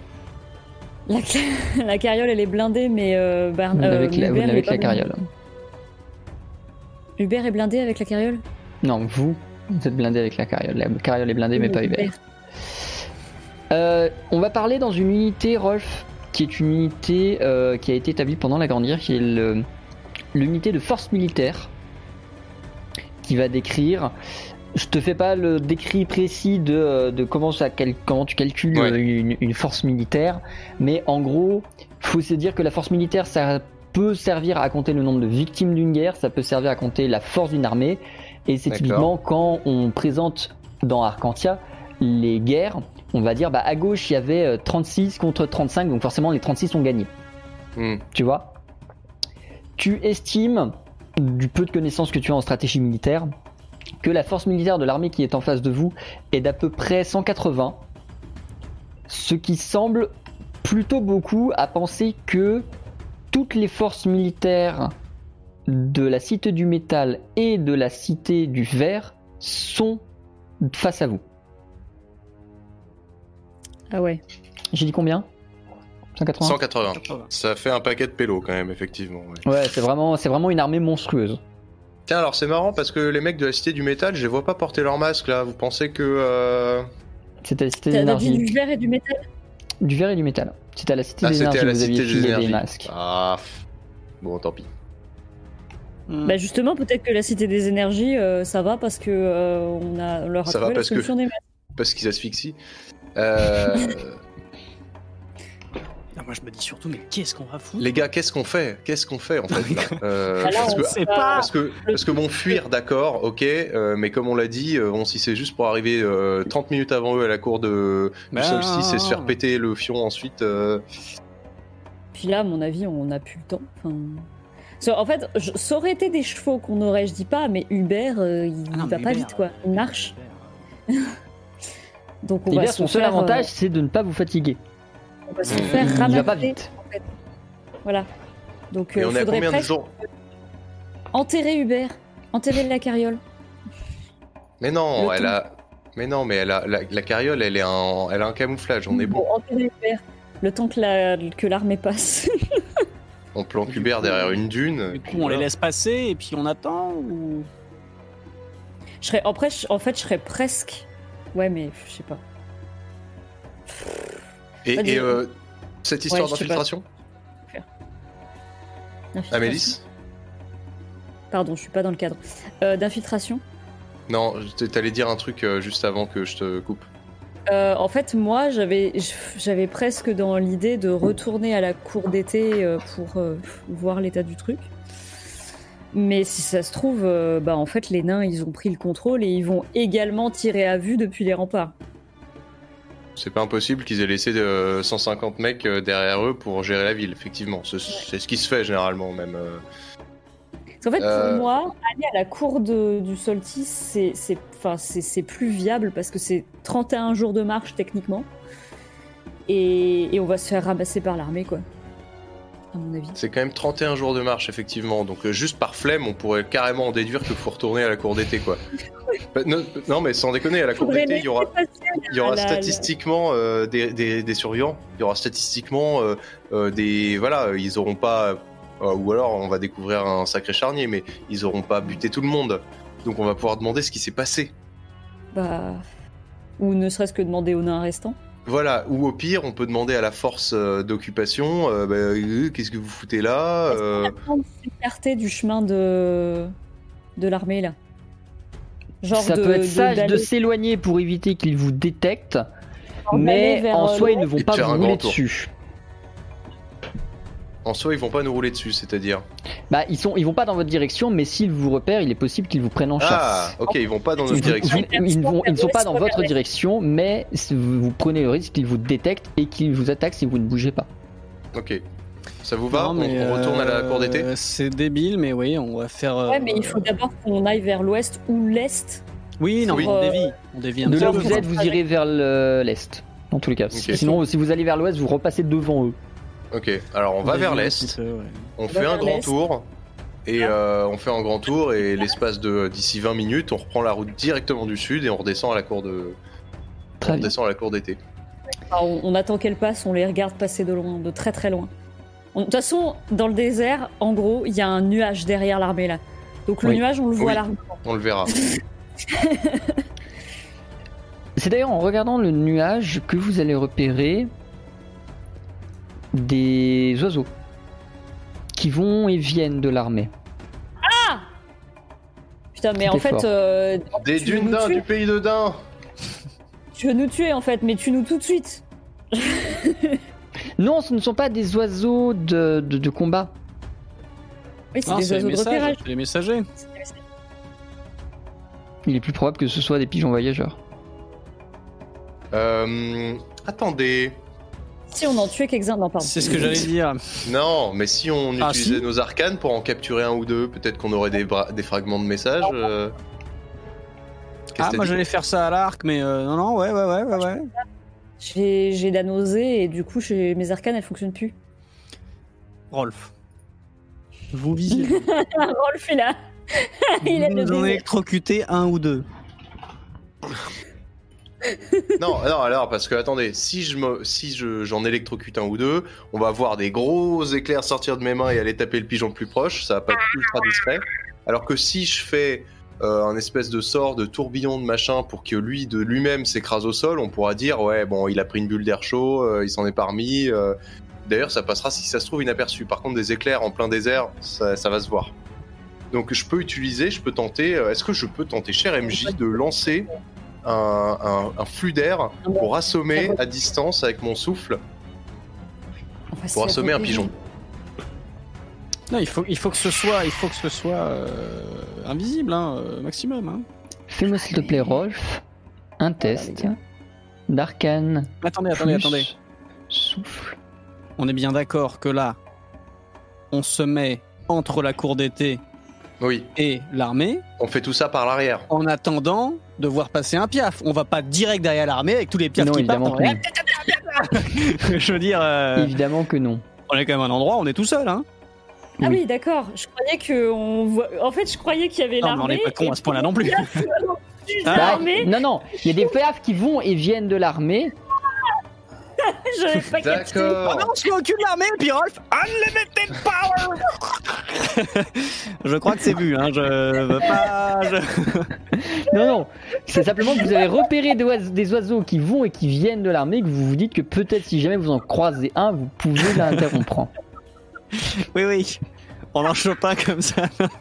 La carriole, elle est blindée, mais avec la carriole. Hubert est blindé avec la carriole? Non, vous êtes blindé avec la carriole. La carriole est blindée, mais pas Hubert. On va parler dans une unité, Rolf, qui est une unité qui a été établie pendant la Grande Guerre, qui est l'unité de force militaire, qui va décrire. Je te fais pas le décrit précis de comment tu calcules une force militaire, mais en gros, faut se dire que la force militaire, ça peut servir à compter le nombre de victimes d'une guerre, ça peut servir à compter la force d'une armée, et c'est typiquement quand on présente dans Arcantia les guerres, on va dire à gauche il y avait 36 contre 35, donc forcément les 36 ont gagné. Tu vois ? Tu estimes, du peu de connaissances que tu as en stratégie militaire, que la force militaire de l'armée qui est en face de vous est d'à peu près 180, ce qui semble plutôt beaucoup à penser que toutes les forces militaires de la cité du métal et de la cité du verre sont face à vous. Ah ouais. J'ai dit combien ? 180 ? 180. Ça fait un paquet de pélos quand même, effectivement. Ouais, c'est vraiment une armée monstrueuse. Tiens, alors c'est marrant parce que les mecs de la cité du métal, je les vois pas porter leur masque là. Vous pensez que. C'était la cité de T'as l'énergie. dit du verre et du métal ? Du verre et du métal. C'était à la cité des énergies, vous aviez filé des masques. Ah, bon, tant pis. Bah justement, peut-être que la cité des énergies, ça va parce que on leur a Ça trouvé va la solution des masques. Parce qu'ils asphyxient. Moi je me dis surtout, mais qu'est-ce qu'on va foutre ? Les gars, qu'est-ce qu'on fait en fait là Là, on sait pas. Parce que bon, fuir, d'accord, ok, mais comme on l'a dit, si c'est juste pour arriver 30 minutes avant eux à la cour du solstice et se faire péter le fion ensuite. Puis là, à mon avis, on n'a plus le temps. En fait, ça aurait été des chevaux qu'on aurait, je dis pas, mais Hubert, il va pas vite quoi, il marche. Donc on Hubert, va son seul avantage, c'est de ne pas vous fatiguer. On va se faire Il ramasser. va pas vite. En fait. Voilà. Donc Et on est à faudrait combien de presque jours ? enterrer Hubert, enterrer la carriole. Mais non, mais la carriole, elle a un camouflage, on est bon. Enterrer Hubert, le temps que l'armée passe. On planque Hubert derrière une dune. Du coup, on les laisse passer et puis on attend ou... je serais presque. Ouais, mais je sais pas. Et cette histoire d'infiltration ? Amélis ? Pardon, je suis pas dans le cadre. D'infiltration ? Non, t'allais dire un truc juste avant que je te coupe. En fait, moi, j'avais presque dans l'idée de retourner à la cour d'été pour voir l'état du truc. Mais si ça se trouve, en fait, les nains, ils ont pris le contrôle et ils vont également tirer à vue depuis les remparts. C'est pas impossible qu'ils aient laissé 150 mecs derrière eux pour gérer la ville, effectivement. C'est ce qui se fait généralement, même. En fait, pour moi, aller à la cour du solstice, c'est plus viable parce que c'est 31 jours de marche techniquement. Et on va se faire ramasser par l'armée, quoi. À mon avis. C'est quand même 31 jours de marche, effectivement. Donc, juste par flemme, on pourrait carrément en déduire qu'il faut retourner à la cour d'été, quoi. Non, mais sans déconner, à la cour d'été, il y aura statistiquement des survivants. Il y aura statistiquement des. Voilà, ils auront pas. Ou alors, on va découvrir un sacré charnier, mais ils auront pas buté tout le monde. Donc, on va pouvoir demander ce qui s'est passé. Ou ne serait-ce que demander aux nains restants. Voilà, ou au pire, on peut demander à la force d'occupation qu'est-ce que vous foutez là Est-ce s'écarter du chemin de l'armée, là. Genre ça peut être sage de s'éloigner pour éviter qu'ils vous détectent, mais en soi, ils ne vont pas vous rouler dessus. En soi, ils vont pas nous rouler dessus, c'est-à-dire ils vont pas dans votre direction, mais s'ils vous repèrent, il est possible qu'ils vous prennent en chasse. Ah, ok, ils vont pas dans notre direction. Ils ne sont pas dans votre direction, mais vous prenez le risque qu'ils vous détectent et qu'ils vous attaquent si vous ne bougez pas. Ok. Ça vous va ? Non, on retourne à la cour d'été ? C'est débile, mais oui, on va faire... Ouais, mais il faut d'abord qu'on aille vers l'ouest ou l'est. Oui, non, Oui. On dévie un De petit là où peu. vous êtes, vous irez vers l'est, dans tous les cas. Okay. Sinon, si vous allez vers l'ouest, vous repassez devant eux. Ok, alors on va vers l'est, on fait un grand tour, et on fait un grand tour, et l'espace de d'ici 20 minutes, on reprend la route directement du sud, et on redescend à la cour d'été. On attend qu'elle passe, on les regarde passer de loin, de très très loin. De toute façon, dans le désert, en gros, il y a un nuage derrière l'armée là. Donc le nuage, on le voit largement. On le verra. C'est d'ailleurs en regardant le nuage que vous allez repérer des oiseaux qui vont et viennent de l'armée. Putain, mais Tout en est fait... fort. Des tu veux dunes nous d'un tuer du pays de Dain. Tu veux nous tuer en fait, mais tue-nous tout de suite. Non, ce ne sont pas des oiseaux de combat. Oui, c'est Non, des c'est les oiseaux de messages, repérage. c'est les messagers. Il est plus probable que ce soit des pigeons voyageurs. Attendez. Si on en tuait quelques-uns, non, pardon. C'est ce que j'allais dire. Non, mais si on Ah, utilisait si. nos arcanes pour en capturer un ou deux, peut-être qu'on aurait des fragments de messages. Qu'est-ce que t'as Moi dit j'allais faire ça à l'arc, mais non, ouais. J'ai la nausée et du coup, mes arcanes, elles fonctionnent plus. Rolf. Vous visez. Rolf est là. Il a Vous le nous en désir. électrocuté un ou deux. Non, alors parce que attendez, si j'en électrocute un ou deux, on va voir des gros éclairs sortir de mes mains et aller taper le pigeon le plus proche, ça va pas être ultra discret. Alors que si je fais un espèce de sort de tourbillon de machin pour que lui de lui-même s'écrase au sol, on pourra dire ouais bon il a pris une bulle d'air chaud, il s'en est pas remis. D'ailleurs ça passera si ça se trouve inaperçu. Par contre des éclairs en plein désert, ça va se voir. Donc je peux tenter, est-ce que je peux tenter cher MJ de lancer un flux d'air pour assommer à distance avec mon souffle, Enfin, pour c'est assommer la un pigeon. Non, il faut que ce soit, invisible, maximum. Hein. Fais-moi s'il te plaît, Rolf, un test d'arcane. Attendez. plus Souffle. On est bien d'accord que là, on se met entre la cour d'été Oui, et l'armée, on fait tout ça par l'arrière. en attendant de voir passer un piaf. On va pas direct derrière l'armée avec tous les piafs Non, qui évidemment partent. que non. Je veux dire, Évidemment que non. on est quand même à un endroit, on est tout seul, hein. Ah Oui. oui, d'accord. Je croyais En fait, je croyais qu'il y avait Non, mais l'armée. on n'est pas con à ce point-là non plus. Bah, L'armée, non, il y a des piafs qui vont et viennent de l'armée. j'avais pas capté. D'accord. On se met au cul de l'armée, puis Rolf, Unlimited Power. Je crois que c'est vu, hein. Je veux pas. Non, c'est simplement que vous avez repéré des oiseaux qui vont et qui viennent de l'armée, que vous vous dites que peut-être si jamais vous en croisez un, vous pouvez l'interrompre. Oui. On en chope pas comme ça.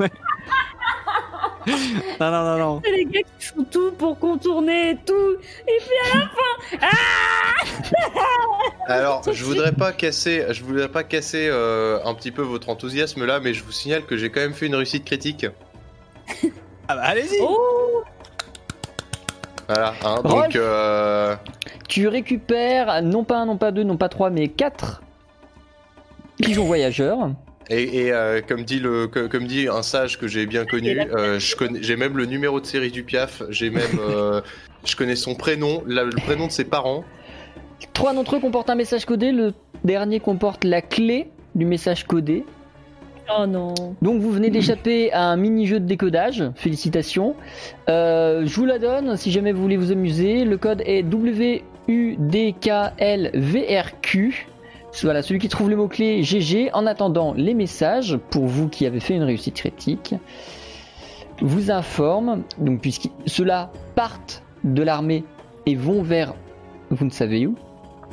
Non. C'est les gars qui font tout pour contourner et tout. Et puis à la fin. Alors, je voudrais pas casser un petit peu votre enthousiasme là, mais je vous signale que j'ai quand même fait une réussite critique. Ah bah allez-y. Oh, Voilà, hein, Rolf. donc Tu récupères non pas un, non pas deux, non pas trois, mais 4 pigeons voyageurs. et comme dit un sage que j'ai bien connu, j'ai même le numéro de série du piaf, j'ai même je connais son prénom, le prénom de ses parents. 3 d'entre eux comportent un message codé, le dernier comporte la clé du message codé. oh non. Donc vous venez d'échapper à un mini-jeu de décodage, félicitations. Je vous la donne si jamais vous voulez vous amuser. Le code est WUDKLVRQ. Voilà, celui qui trouve le mot-clé GG. En attendant, les messages, pour vous qui avez fait une réussite critique, vous informent, donc puisque ceux-là partent de l'armée et vont vers vous ne savez où.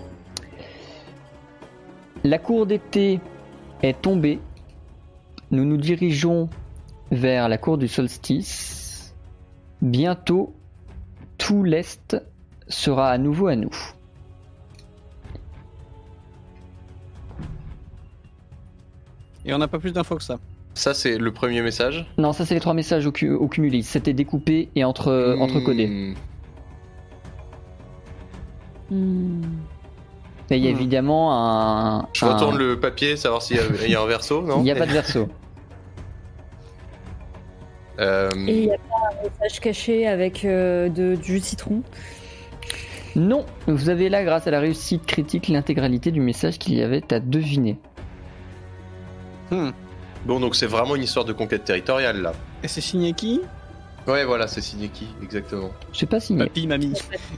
La cour d'été est tombée. Nous nous dirigeons vers la cour du solstice. Bientôt, tout l'Est sera à nouveau à nous. Et on n'a pas plus d'infos que ça. Ça c'est le premier message. Non, ça c'est les 3 messages au cumulé. C'était découpé et entrecodé. Et il y a évidemment un... Je retourne le papier, savoir s'il y a un verso, non? Il n'y a pas de verso. Et il n'y a pas un message caché avec du jus de citron. Non, vous avez là, grâce à la réussite critique, l'intégralité du message qu'il y avait à deviner. Bon, donc c'est vraiment une histoire de conquête territoriale là. Et c'est signé qui? Ouais, voilà, c'est signé qui, exactement. Je sais pas signé. Papy, mamie.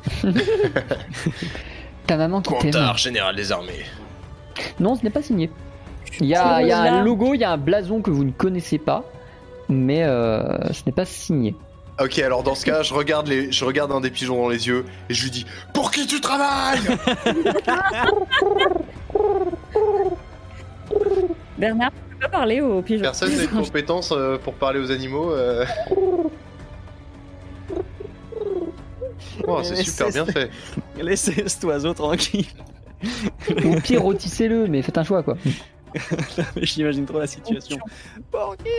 Ta maman qui t'aime. Contard, général des armées. Non, ce n'est pas signé. Il y a un logo, il y a un blason que vous ne connaissez pas, mais ce n'est pas signé. Ok, alors dans ce cas, je regarde un des pigeons dans les yeux et je lui dis « Pour qui tu travailles ?» Bernard, tu peux pas parler aux pigeons. Personne n'a une compétence pour parler aux animaux Oh, c'est super bien fait. Laissez cet oiseau tranquille. Ou pire, rôtissez-le, mais faites un choix, quoi. J'imagine trop la situation. Pour qui?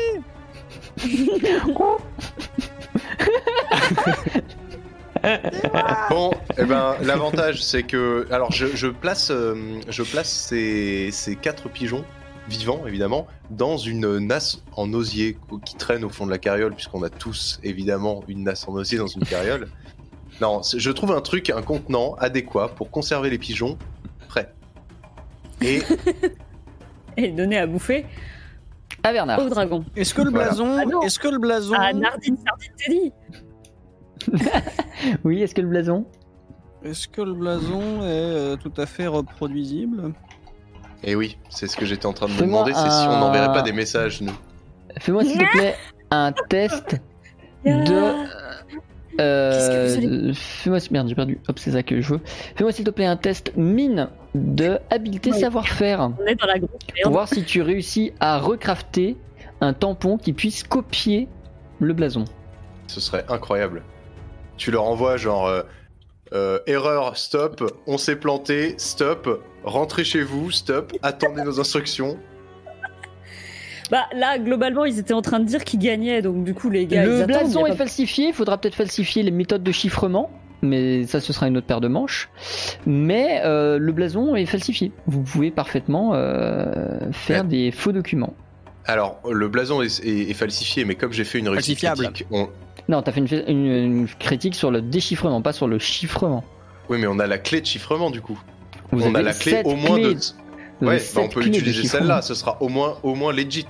Bon, eh ben, l'avantage c'est que, alors je place ces 4 pigeons vivants évidemment dans une nasse en osier qui traîne au fond de la carriole, puisqu'on a tous évidemment une nasse en osier dans une carriole. Non, je trouve un contenant adéquat pour conserver les pigeons prêts. Et donner à bouffer à Bernard. au dragon. Est-ce que le blason Ah, Nardine Teddy. Oui, est-ce que le blason est tout à fait reproduisible? Et oui, c'est ce que j'étais en train de me demander, c'est si on n'enverrait pas des messages, nous. Fais-moi s'il te plaît un test de... Fais-moi... Merde, j'ai perdu. Hop, c'est ça que je veux. Fais-moi s'il te plaît un test mine de habileté savoir-faire. On est dans la grosse Pour merde. voir si tu réussis à recrafter un tampon qui puisse copier le blason. Ce serait incroyable. Tu leur envoies genre erreur, stop, on s'est planté, stop, rentrez chez vous, stop, attendez nos instructions. Bah là, globalement, ils étaient en train de dire qu'ils gagnaient, donc du coup, les gars, ils Le attendent, blason y a est pas- falsifié, il faudra peut-être falsifier les méthodes de chiffrement, mais ça ce sera une autre paire de manches. Mais le blason est falsifié. Vous pouvez parfaitement faire Ouais. des faux documents. Alors, le blason est falsifié, mais comme j'ai fait une réussite Falsifiable. critique, Non, t'as fait une critique sur le déchiffrement, pas sur le chiffrement. oui, mais on a la clé de chiffrement du coup. Vous On a avez la clé 7 au moins clés. de... Vous avez Ouais, bah on 7 peut clés de utiliser chiffrement. celle-là, ce sera au moins legit.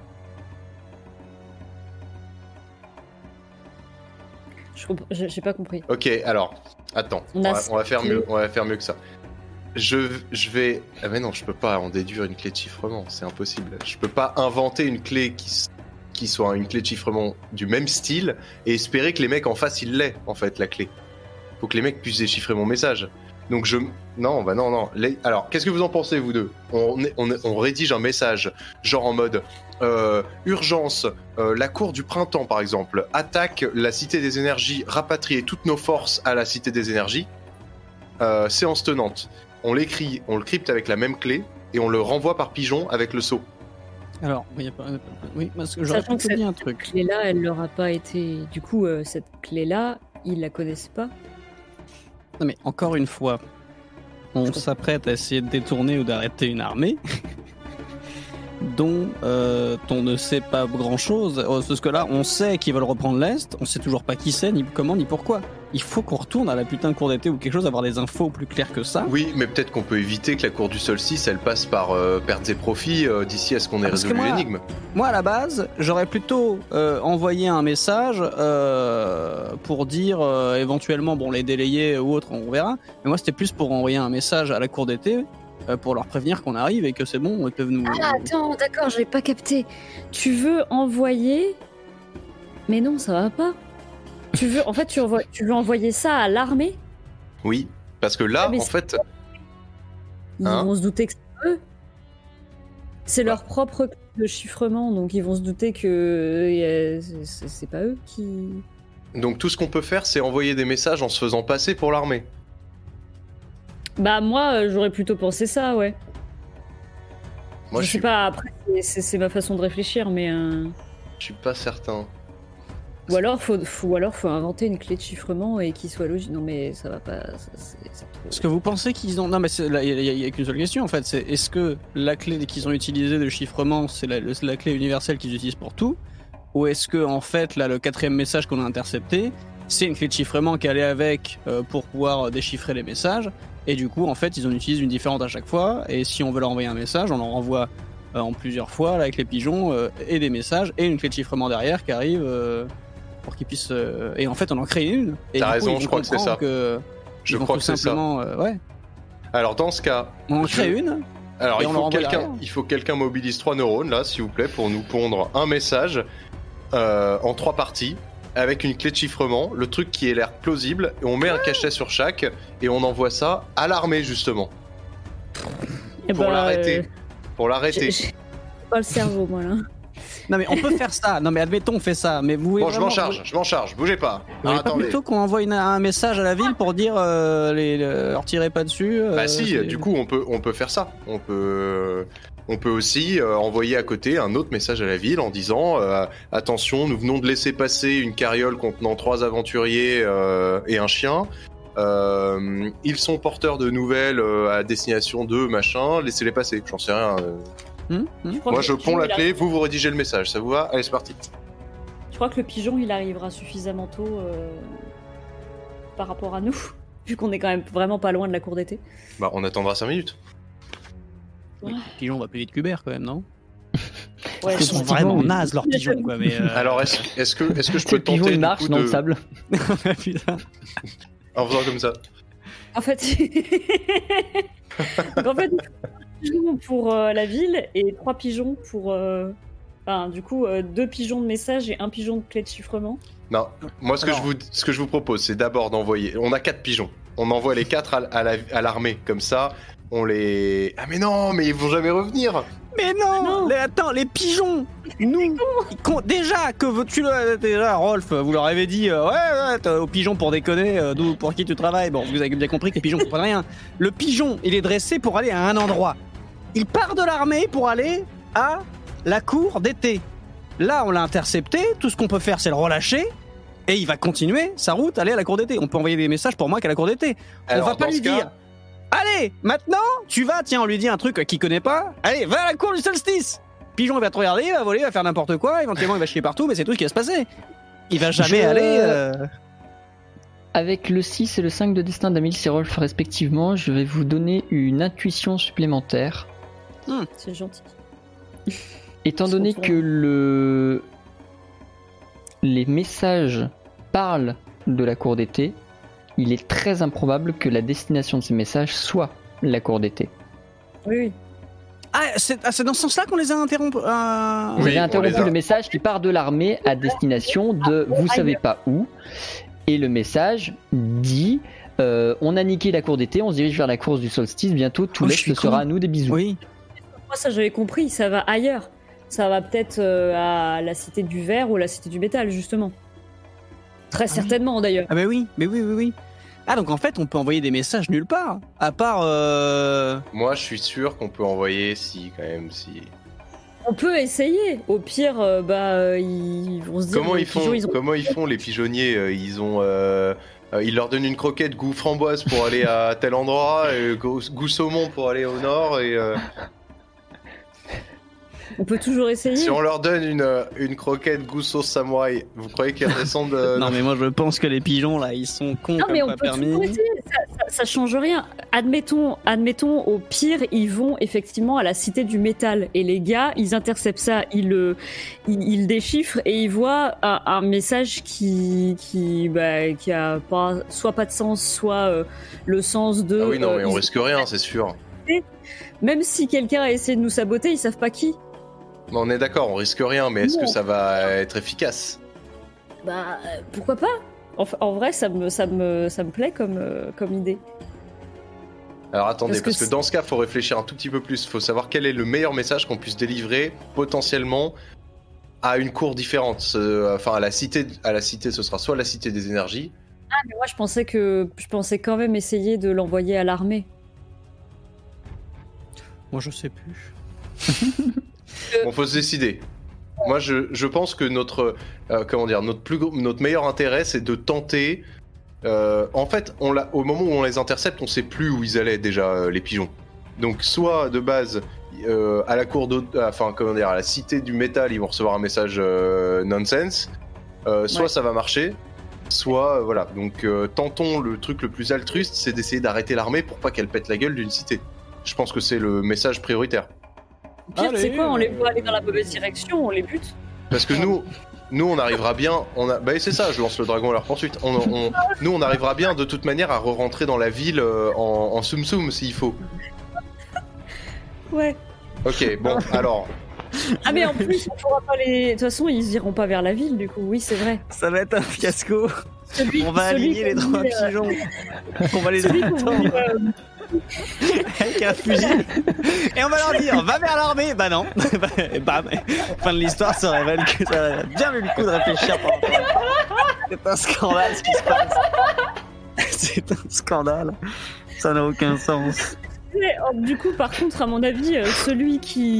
J'ai pas compris. Ok, alors, attends, on va faire mieux, on va faire mieux que ça. Je vais... Ah mais non, je peux pas en déduire une clé de chiffrement, c'est impossible. Je peux pas inventer une clé qui soit une clé de chiffrement du même style et espérer que les mecs en face ils l'aient, en fait, la clé. Faut que les mecs puissent déchiffrer mon message. Donc Non. Alors, qu'est-ce que vous en pensez, vous deux ? On rédige un message, genre en mode urgence, la cour du printemps, par exemple, attaque la Cité des Énergies, rapatrier toutes nos forces à la Cité des Énergies, séance tenante. On l'écrit, on le crypte avec la même clé, et on le renvoie par pigeon avec le sceau. Alors, oui, parce que j'aurais Sachant que plutôt dit un cette truc. clé-là, elle leur a pas été... Du coup, cette clé-là, ils la connaissent pas. Non mais encore une fois, on s'apprête à essayer de détourner ou d'arrêter une armée dont on ne sait pas grand-chose. Parce que là, on sait qu'ils veulent reprendre l'Est, on sait toujours pas qui c'est, ni comment, ni pourquoi. Il faut qu'on retourne à la putain de cour d'été ou quelque chose, avoir des infos plus claires que ça. Oui, mais peut-être qu'on peut éviter que la cour du solstice, elle passe par pertes et profits d'ici à ce qu'on ait Parce que résolu moi- l'énigme. Moi, à la base, j'aurais plutôt envoyé un message pour dire éventuellement, bon, les délayer ou autre, on verra. Mais moi, c'était plus pour envoyer un message à la cour d'été pour leur prévenir qu'on arrive et que c'est bon, ils peuvent nous. Ah, attends, d'accord, j'ai pas capté. Tu veux envoyer... Mais non, ça va pas. Tu veux envoyer ça à l'armée? Oui, parce que là, Ah, mais en fait... Ils Hein vont se douter que c'est eux. C'est leur propre clé de chiffrement, donc ils vont se douter que c'est pas eux qui... Donc tout ce qu'on peut faire, c'est envoyer des messages en se faisant passer pour l'armée. Bah moi, j'aurais plutôt pensé ça, ouais. Moi, je sais pas, après, c'est ma façon de réfléchir, mais... je suis pas certain. Ou alors faut inventer une clé de chiffrement et qui soit logique. Non mais ça va pas... c'est trop... Est-ce que vous pensez qu'ils ont... Non mais il y a qu'une seule question en fait, c'est est-ce que la clé qu'ils ont utilisée de chiffrement, c'est la clé universelle qu'ils utilisent pour tout, ou est-ce que en fait là le 4e message qu'on a intercepté, c'est une clé de chiffrement qui allait avec pour pouvoir déchiffrer les messages, et du coup en fait ils en utilisent une différente à chaque fois, et si on veut leur envoyer un message, on leur envoie en plusieurs fois là, avec les pigeons et des messages et une clé de chiffrement derrière qui arrive pour qu'ils puissent... Et en fait on en crée une. Et T'as du coup, raison, ils je vont crois que c'est ça. comprendre Je ils vont crois tout que c'est ça. simplement, ouais. Alors dans ce cas, On en crée une. alors Et on leur envoie derrière. il faut que quelqu'un mobilise 3 neurones là, s'il vous plaît, pour nous pondre un message en 3 parties. avec une clé de chiffrement, le truc qui ait l'air plausible, et on met un cachet sur chaque, et on envoie ça à l'armée, justement. Pour l'arrêter. Pour l'arrêter. J'ai pas le cerveau, moi, là. Non mais on peut faire ça. Non mais admettons on fait ça. Mais vous Bon, je m'en charge. Bougez pas. Vous voulez pas plutôt qu'on envoie un message à la ville pour dire leur tirez pas dessus. Bah si. Du coup on peut faire ça. On peut aussi envoyer à côté un autre message à la ville en disant attention, nous venons de laisser passer une carriole contenant 3 aventuriers et un chien. Ils sont porteurs de nouvelles à destination de machin. Laissez-les passer. J'en sais rien. Moi je ponds la clé, vous rédigez le message, ça vous va? Allez c'est parti. Je crois que le pigeon il arrivera suffisamment tôt par rapport à nous, vu qu'on est quand même vraiment pas loin de la cour d'été. Bah on attendra 5 minutes. Ouais. Le pigeon va plus vite qu'Hubert quand même, non? Ouais, ils sont vraiment nazes leurs pigeons quoi. Mais Alors est-ce que je peux tenter pigeon marche dans le sable. En faisant comme ça. En fait, donc, en fait, 2 pigeons pour la ville et 3 pigeons pour. Enfin, du coup, 2 pigeons de message et 1 pigeon de clé de chiffrement. Non, moi ce que je vous propose, c'est d'abord d'envoyer. On a 4 pigeons. On envoie les 4 à l'armée, comme ça, on les. Ah mais non, mais ils vont jamais revenir. Mais non, attends, les pigeons, nous, déjà Rolf, vous leur avez dit, ouais, aux pigeons pour déconner, pour qui tu travailles, bon, vous avez bien compris que les pigeons comprennent rien. Le pigeon, il est dressé pour aller à un endroit. Il part de l'armée pour aller à la cour d'été. Là, on l'a intercepté, tout ce qu'on peut faire, c'est le relâcher, et il va continuer sa route, aller à la cour d'été. On peut envoyer des messages pour moi qu'à la cour d'été. Alors, on va pas lui dire... Allez, maintenant, tu vas, tiens, on lui dit un truc qu'il connaît pas. Allez, va à la cour du solstice. Pigeon, il va te regarder, il va voler, il va faire n'importe quoi, éventuellement il va chier partout, mais c'est tout ce qui va se passer. Il va jamais aller... Avec le 6 et le 5 de destin d'Amil et Rolf respectivement, je vais vous donner une intuition supplémentaire. C'est gentil. Étant donné que les messages parlent de la cour d'été, il est très improbable que la destination de ces messages soit la cour d'été. Oui. Ah, c'est dans ce sens-là qu'on les a interrompus. Vous avez interrompu le message qui part de l'armée à destination de vous savez pas où. Et le message dit on a niqué la cour d'été, on se dirige vers la course du solstice, bientôt tout l'Est sera à nous, des bisous. Oui. Moi ça j'avais compris, ça va ailleurs. Ça va peut-être à la cité du verre ou la cité du métal justement. Très certainement d'ailleurs. Ah bah oui, mais oui. Ah donc en fait on peut envoyer des messages nulle part, à part... Moi je suis sûr qu'on peut envoyer si. On peut essayer. Au pire, ils vont se dire... Comment ils font les pigeonniers? Ils leur donnent une croquette goût framboise pour aller à tel endroit, et goût saumon pour aller au nord, et... On peut toujours essayer. Si on leur donne une croquette goût sauce samouraï, vous croyez qu'ils redescendent Non mais moi je pense que les pigeons là, ils sont cons non, comme mais on pas peut permis. toujours essayer. Ça change rien. Admettons, au pire, ils vont effectivement à la cité du métal. Et les gars, ils interceptent ça, ils déchiffrent et ils voient un message qui a soit pas de sens, soit le sens de... Ah oui, non mais on risque rien, c'est sûr. Même si quelqu'un a essayé de nous saboter, ils savent pas qui. On est d'accord, on risque rien, mais est-ce que ça va être efficace? Bah, pourquoi pas? En vrai, ça me plaît comme idée. Alors attendez, parce que dans ce cas, faut réfléchir un tout petit peu plus. Faut savoir quel est le meilleur message qu'on puisse délivrer potentiellement à une cour différente. Enfin, à la cité, ce sera soit la cité des énergies. Ah, mais moi, je pensais quand même essayer de l'envoyer à l'armée. Moi, je sais plus. Bon, faut se décider. Moi, je pense que notre meilleur intérêt, c'est de tenter. En fait, au moment où on les intercepte, on sait plus où ils allaient déjà, les pigeons. Donc, soit de base, à la cour à la cité du métal, ils vont recevoir un message nonsense. Soit ça va marcher, soit voilà. Donc, tentons le truc le plus altruiste, c'est d'essayer d'arrêter l'armée pour pas qu'elle pète la gueule d'une cité. Je pense que c'est le message prioritaire. Pire, c'est quoi? On les voit aller dans la mauvaise direction, on les bute. Parce que nous, on arrivera bien. Bah c'est ça, je lance le dragon à leur poursuite. Nous, on arrivera bien de toute manière à re-rentrer dans la ville en soum-soum s'il faut. Ouais. Ok, bon, alors, Ah mais en plus, on pourra pas les. De toute façon, ils iront pas vers la ville, du coup. Oui, c'est vrai. Ça va être un fiasco. On va aligner les 3 pigeons. On va les attendre avec un fusil. Et on va leur dire, va vers l'armée. Bah non. Et bam. Fin de l'histoire se révèle que ça a bien eu le coup de réfléchir pendant C'est un scandale ce qui se passe. C'est un scandale. Ça n'a aucun sens. Du coup, par contre, à mon avis, celui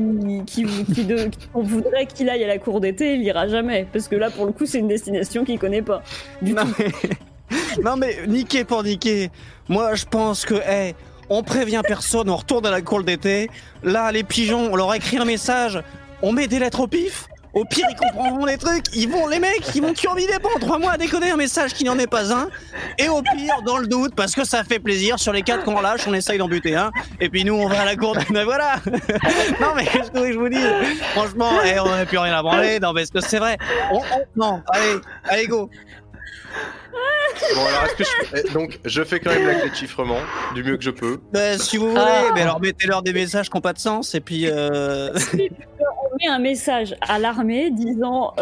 on voudrait qu'il aille à la cour d'été, il ira jamais. Parce que là, pour le coup, c'est une destination qu'il connaît pas. Non mais niquer pour niquer. Moi, je pense que, on prévient personne, on retourne à la cour d'été. Là, les pigeons, on leur écrit un message, on met des lettres au pif. Au pire, ils comprendront les trucs. Les mecs, ils vont turbiner pendant 3 mois à décoder un message qui n'en est pas un. Et au pire, dans le doute, parce que ça fait plaisir, sur les 4 qu'on lâche, on essaye d'en buter un. Et puis nous, on va à la cour de... Voilà. Non, mais qu'est-ce que je vous dis? Franchement, on n'a plus rien à branler. Non, parce que c'est vrai. Non, allez, go. Bon, alors, donc, je fais quand même la clé de chiffrement, du mieux que je peux. Si vous voulez, mais alors mettez-leur des messages qui n'ont pas de sens, et puis... On met un message à l'armée disant...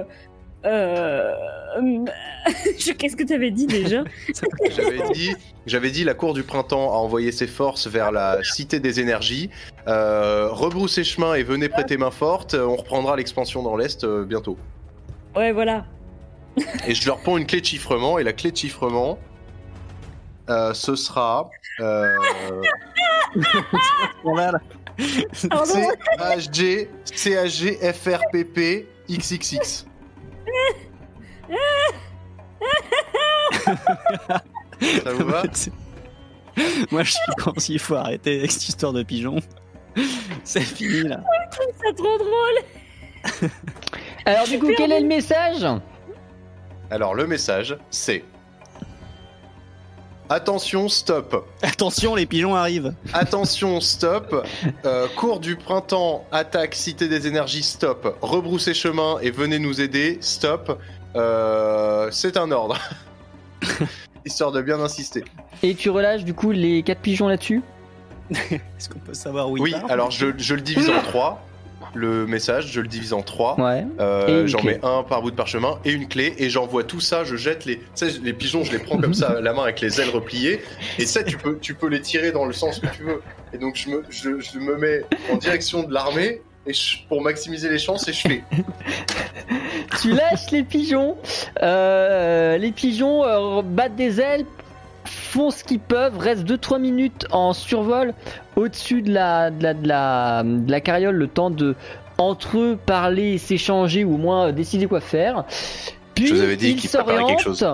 Qu'est-ce que tu avais dit déjà? J'avais dit la cour du printemps a envoyé ses forces vers la cité des énergies. Rebroussez chemin et venez prêter main forte. On reprendra l'expansion dans l'Est bientôt. Ouais, voilà. Et je leur prends une clé de chiffrement, et la clé de chiffrement, ce sera... CHG, CHG, FRPP, XXX. Ça vous va? Moi, je pense qu'il faut arrêter avec cette histoire de pigeons. C'est fini, là. Je trouve ça trop drôle. Alors, du coup, quel est le message? Alors, le message, c'est... Attention, stop. Attention, les pigeons arrivent. Attention, stop. Cours du printemps, attaque, cité des énergies, stop. Rebroussez chemin et venez nous aider, stop. C'est un ordre. Histoire de bien insister. Et tu relâches du coup les 4 pigeons là-dessus? Est-ce qu'on peut savoir où il Oui, part? alors je le divise en 3. Le message, je le divise en 3. Ouais. J'en mets un par bout de parchemin et une clé, et j'envoie tout ça. Je jette les, tu sais, les pigeons, je les prends comme ça, la main avec les ailes repliées, et ça, tu peux les tirer dans le sens que tu veux. Et donc je me mets en direction de l'armée et pour maximiser les chances, et je fais. Tu lâches les pigeons. Les pigeons battent des ailes, font ce qu'ils peuvent, restent 2-3 minutes en survol au-dessus de la carriole, le temps de entre eux parler, s'échanger ou au moins décider quoi faire. Puis je vous avais dit ils qu'il préparait quelque chose.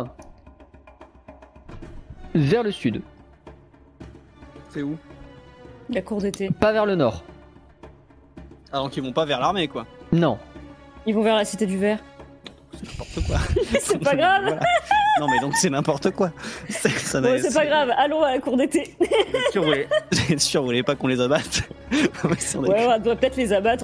Vers le sud. C'est où? La cour d'été. Pas vers le nord. Ah, donc ils vont pas vers l'armée, quoi. Non. Ils vont vers la cité du verre. C'est n'importe quoi. C'est pas grave. Voilà. Non, mais donc c'est n'importe quoi. C'est pas grave, allons à la cour d'été. Vous êtes sûr, vous voulez pas qu'on les abatte? Ouais, on doit peut-être les abattre.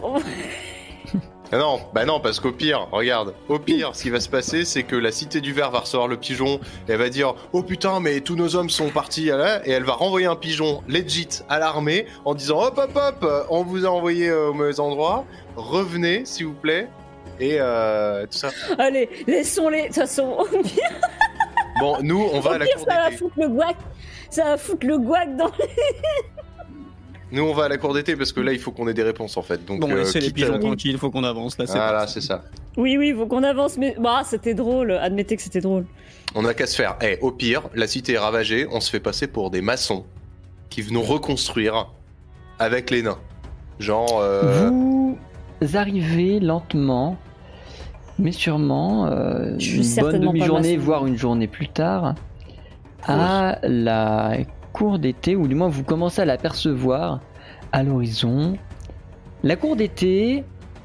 Non, parce qu'au pire, regarde, ce qui va se passer, c'est que la cité du verre va recevoir le pigeon, et elle va dire « Oh putain, mais tous nos hommes sont partis là », et elle va renvoyer un pigeon legit à l'armée en disant « Hop, hop, hop, on vous a envoyé au mauvais endroit, revenez, s'il vous plaît », et tout ça. Allez, laissons-les, de toute façon. Bon, nous, on va à la cour d'été. Ça va foutre le guac dans les... Nous, on va à la cour d'été parce que là, il faut qu'on ait des réponses en fait. Donc, bon, laissez les pigeons tranquilles, il faut qu'on avance là. Voilà, c'est ça. Oui, faut qu'on avance, mais bah, c'était drôle. Admettez que c'était drôle. On n'a qu'à se faire. Au pire, la cité est ravagée, on se fait passer pour des maçons qui vont reconstruire avec les nains. Genre. Vous arrivez lentement, mais sûrement, une bonne demi-journée, voire une journée plus tard, à la cour d'été, ou du moins vous commencez à l'apercevoir à l'horizon. La cour d'été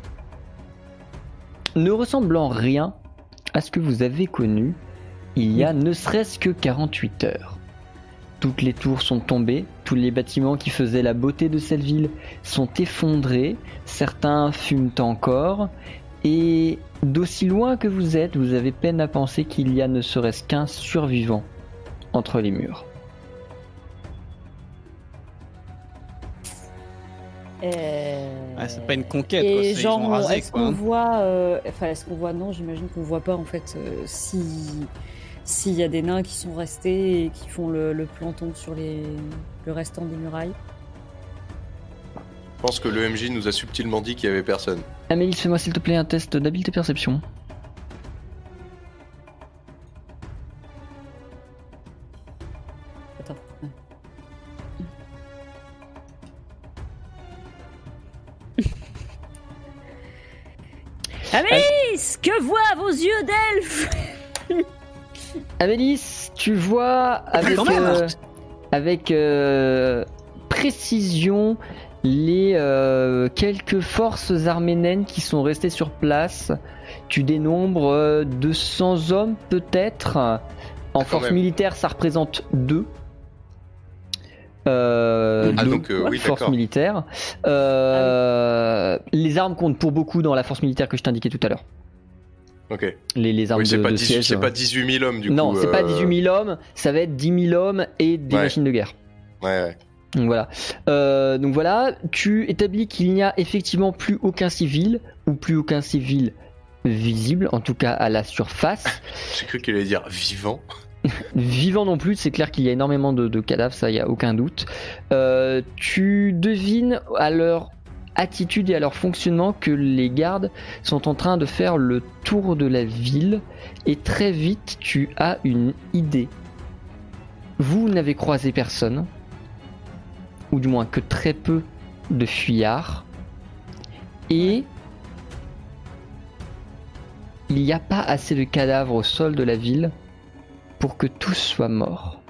ne ressemble en rien à ce que vous avez connu il y a ne serait-ce que 48 heures. Toutes les tours sont tombées, tous les bâtiments qui faisaient la beauté de cette ville sont effondrés, certains fument encore, et d'aussi loin que vous êtes, vous avez peine à penser qu'il y a ne serait-ce qu'un survivant entre les murs. c'est pas une conquête. Et quoi, ils genre, ont rasé, est-ce quoi, qu'on hein. voit... est-ce qu'on voit... Non, j'imagine qu'on voit pas, en fait, s'il y a des nains qui sont restés et qui font le planton sur le restant des murailles. Je pense que le MJ nous a subtilement dit qu'il y avait personne. Amélie, fais-moi s'il te plaît un test d'habileté perception. Attends. Amélis, que voient vos yeux d'elfe? Amélie, tu vois avec précision les quelques forces arméniennes qui sont restées sur place. Tu dénombres 200 hommes peut-être. En force militaire, ça représente 2. Oui, force d'accord. militaire. Les armes comptent pour beaucoup dans la force militaire que je t'indiquais tout à l'heure. Ok. Les armes Oui, c'est de siège. c'est pas 18 000 hommes du coup. Non, c'est pas 18 000 hommes, ça va être 10 000 hommes et des Ouais. machines de guerre. Ouais. Donc voilà, tu établis qu'il n'y a effectivement plus aucun civil ou plus aucun civil visible, en tout cas à la surface. J'ai cru qu'il allait dire vivant. Vivant non plus, c'est clair qu'il y a énormément de cadavres, ça y a aucun doute. Tu devines à leur attitude et à leur fonctionnement que les gardes sont en train de faire le tour de la ville et très vite tu as une idée. Vous n'avez croisé personne, ou du moins que très peu de fuyards, et il n'y a pas assez de cadavres au sol de la ville pour que tous soient morts.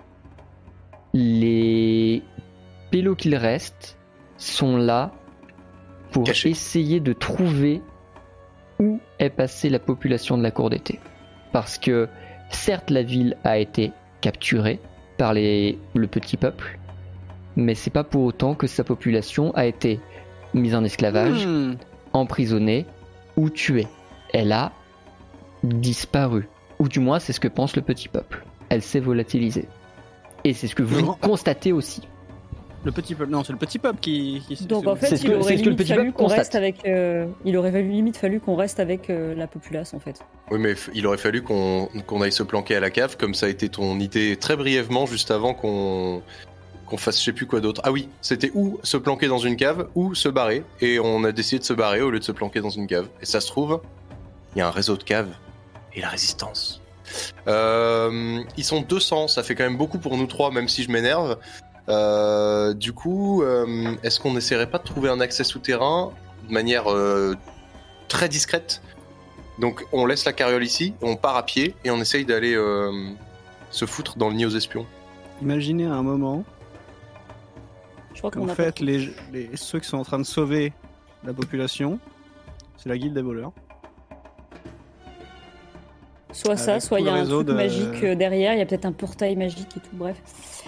Les pélos qu'il reste sont là pour Cachés. essayer de trouver où est passée la population de la cour d'été. Parce que certes la ville a été capturée par le petit peuple, mais c'est pas pour autant que sa population a été mise en esclavage, emprisonnée ou tuée. Elle a disparu. Ou du moins, c'est ce que pense le petit peuple. Elle s'est volatilisée. Et c'est ce que vous constatez aussi. Le petit peuple, non, c'est le petit peuple qui Donc en fait, il aurait limite fallu qu'on reste avec. Il aurait limite fallu qu'on reste avec la populace en fait. Oui, mais il aurait fallu qu'on aille se planquer à la cave, comme ça a été ton idée très brièvement, juste avant qu'on fasse je sais plus quoi d'autre. Ah oui, c'était ou se planquer dans une cave, ou se barrer. Et on a décidé de se barrer au lieu de se planquer dans une cave. Et ça se trouve, il y a un réseau de caves. Et la résistance. Ils sont 200, ça fait quand même beaucoup pour nous trois, même si je m'énerve. Du coup, est-ce qu'on n'essaierait pas de trouver un accès souterrain de manière très discrète? Donc on laisse la carriole ici, on part à pied et on essaye d'aller se foutre dans le nid aux espions. Imaginez un moment Je crois qu'on qu'en a fait, pas... ceux qui sont en train de sauver la population, c'est la guilde des voleurs. Soit ça, Avec soit il y tout a le un réseau truc magique derrière, il y a peut-être un portail magique et tout, bref.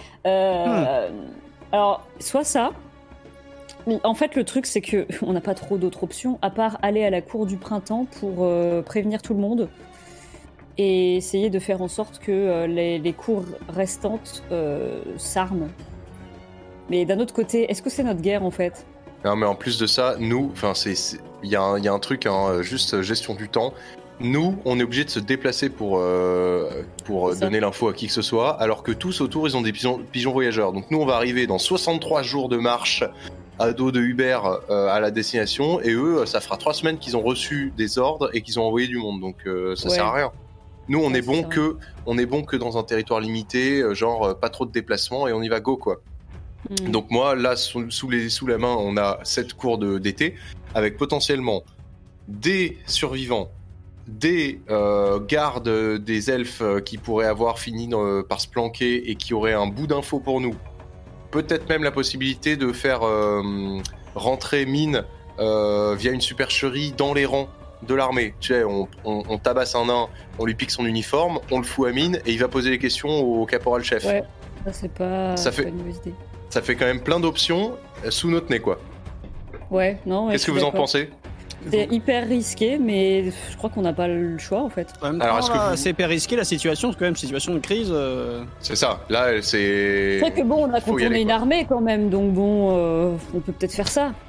Alors, soit ça. En fait, le truc, c'est que on n'a pas trop d'autres options, à part aller à la cour du printemps pour prévenir tout le monde et essayer de faire en sorte que les cours restantes s'arment. Mais d'un autre côté, est-ce que c'est notre guerre, en fait? Non, mais en plus de ça, nous, enfin, il y a un truc, hein, juste gestion du temps. Nous, on est obligé de se déplacer pour donner l'info à qui que ce soit, alors que tous autour, ils ont des pigeons voyageurs. Donc nous, on va arriver dans 63 jours de marche à dos de Uber à la destination, et eux, ça fera 3 semaines qu'ils ont reçu des ordres et qu'ils ont envoyé du monde, donc ça sert à rien. Nous, on est bon que dans un territoire limité, genre pas trop de déplacements, et on y va go, quoi. Donc moi, là, sous la main, on a cette cour d'été, avec potentiellement des survivants, des gardes des elfes qui pourraient avoir fini par se planquer et qui auraient un bout d'info pour nous. Peut-être même la possibilité de faire rentrer Mine via une supercherie dans les rangs de l'armée. Tu sais, on tabasse un nain, on lui pique son uniforme, on le fout à Mine et il va poser les questions au caporal-chef. Ouais, ça c'est pas une mauvaise idée. Ça fait quand même plein d'options sous notre nez, quoi. Ouais, non. Qu'est-ce que vous en pensez ? C'est hyper risqué, mais je crois qu'on n'a pas le choix en fait. En même temps, c'est hyper risqué la situation, c'est quand même une situation de crise. C'est ça, là c'est... C'est vrai que bon, on a contourné une armée quand même, donc bon, on peut peut-être faire ça.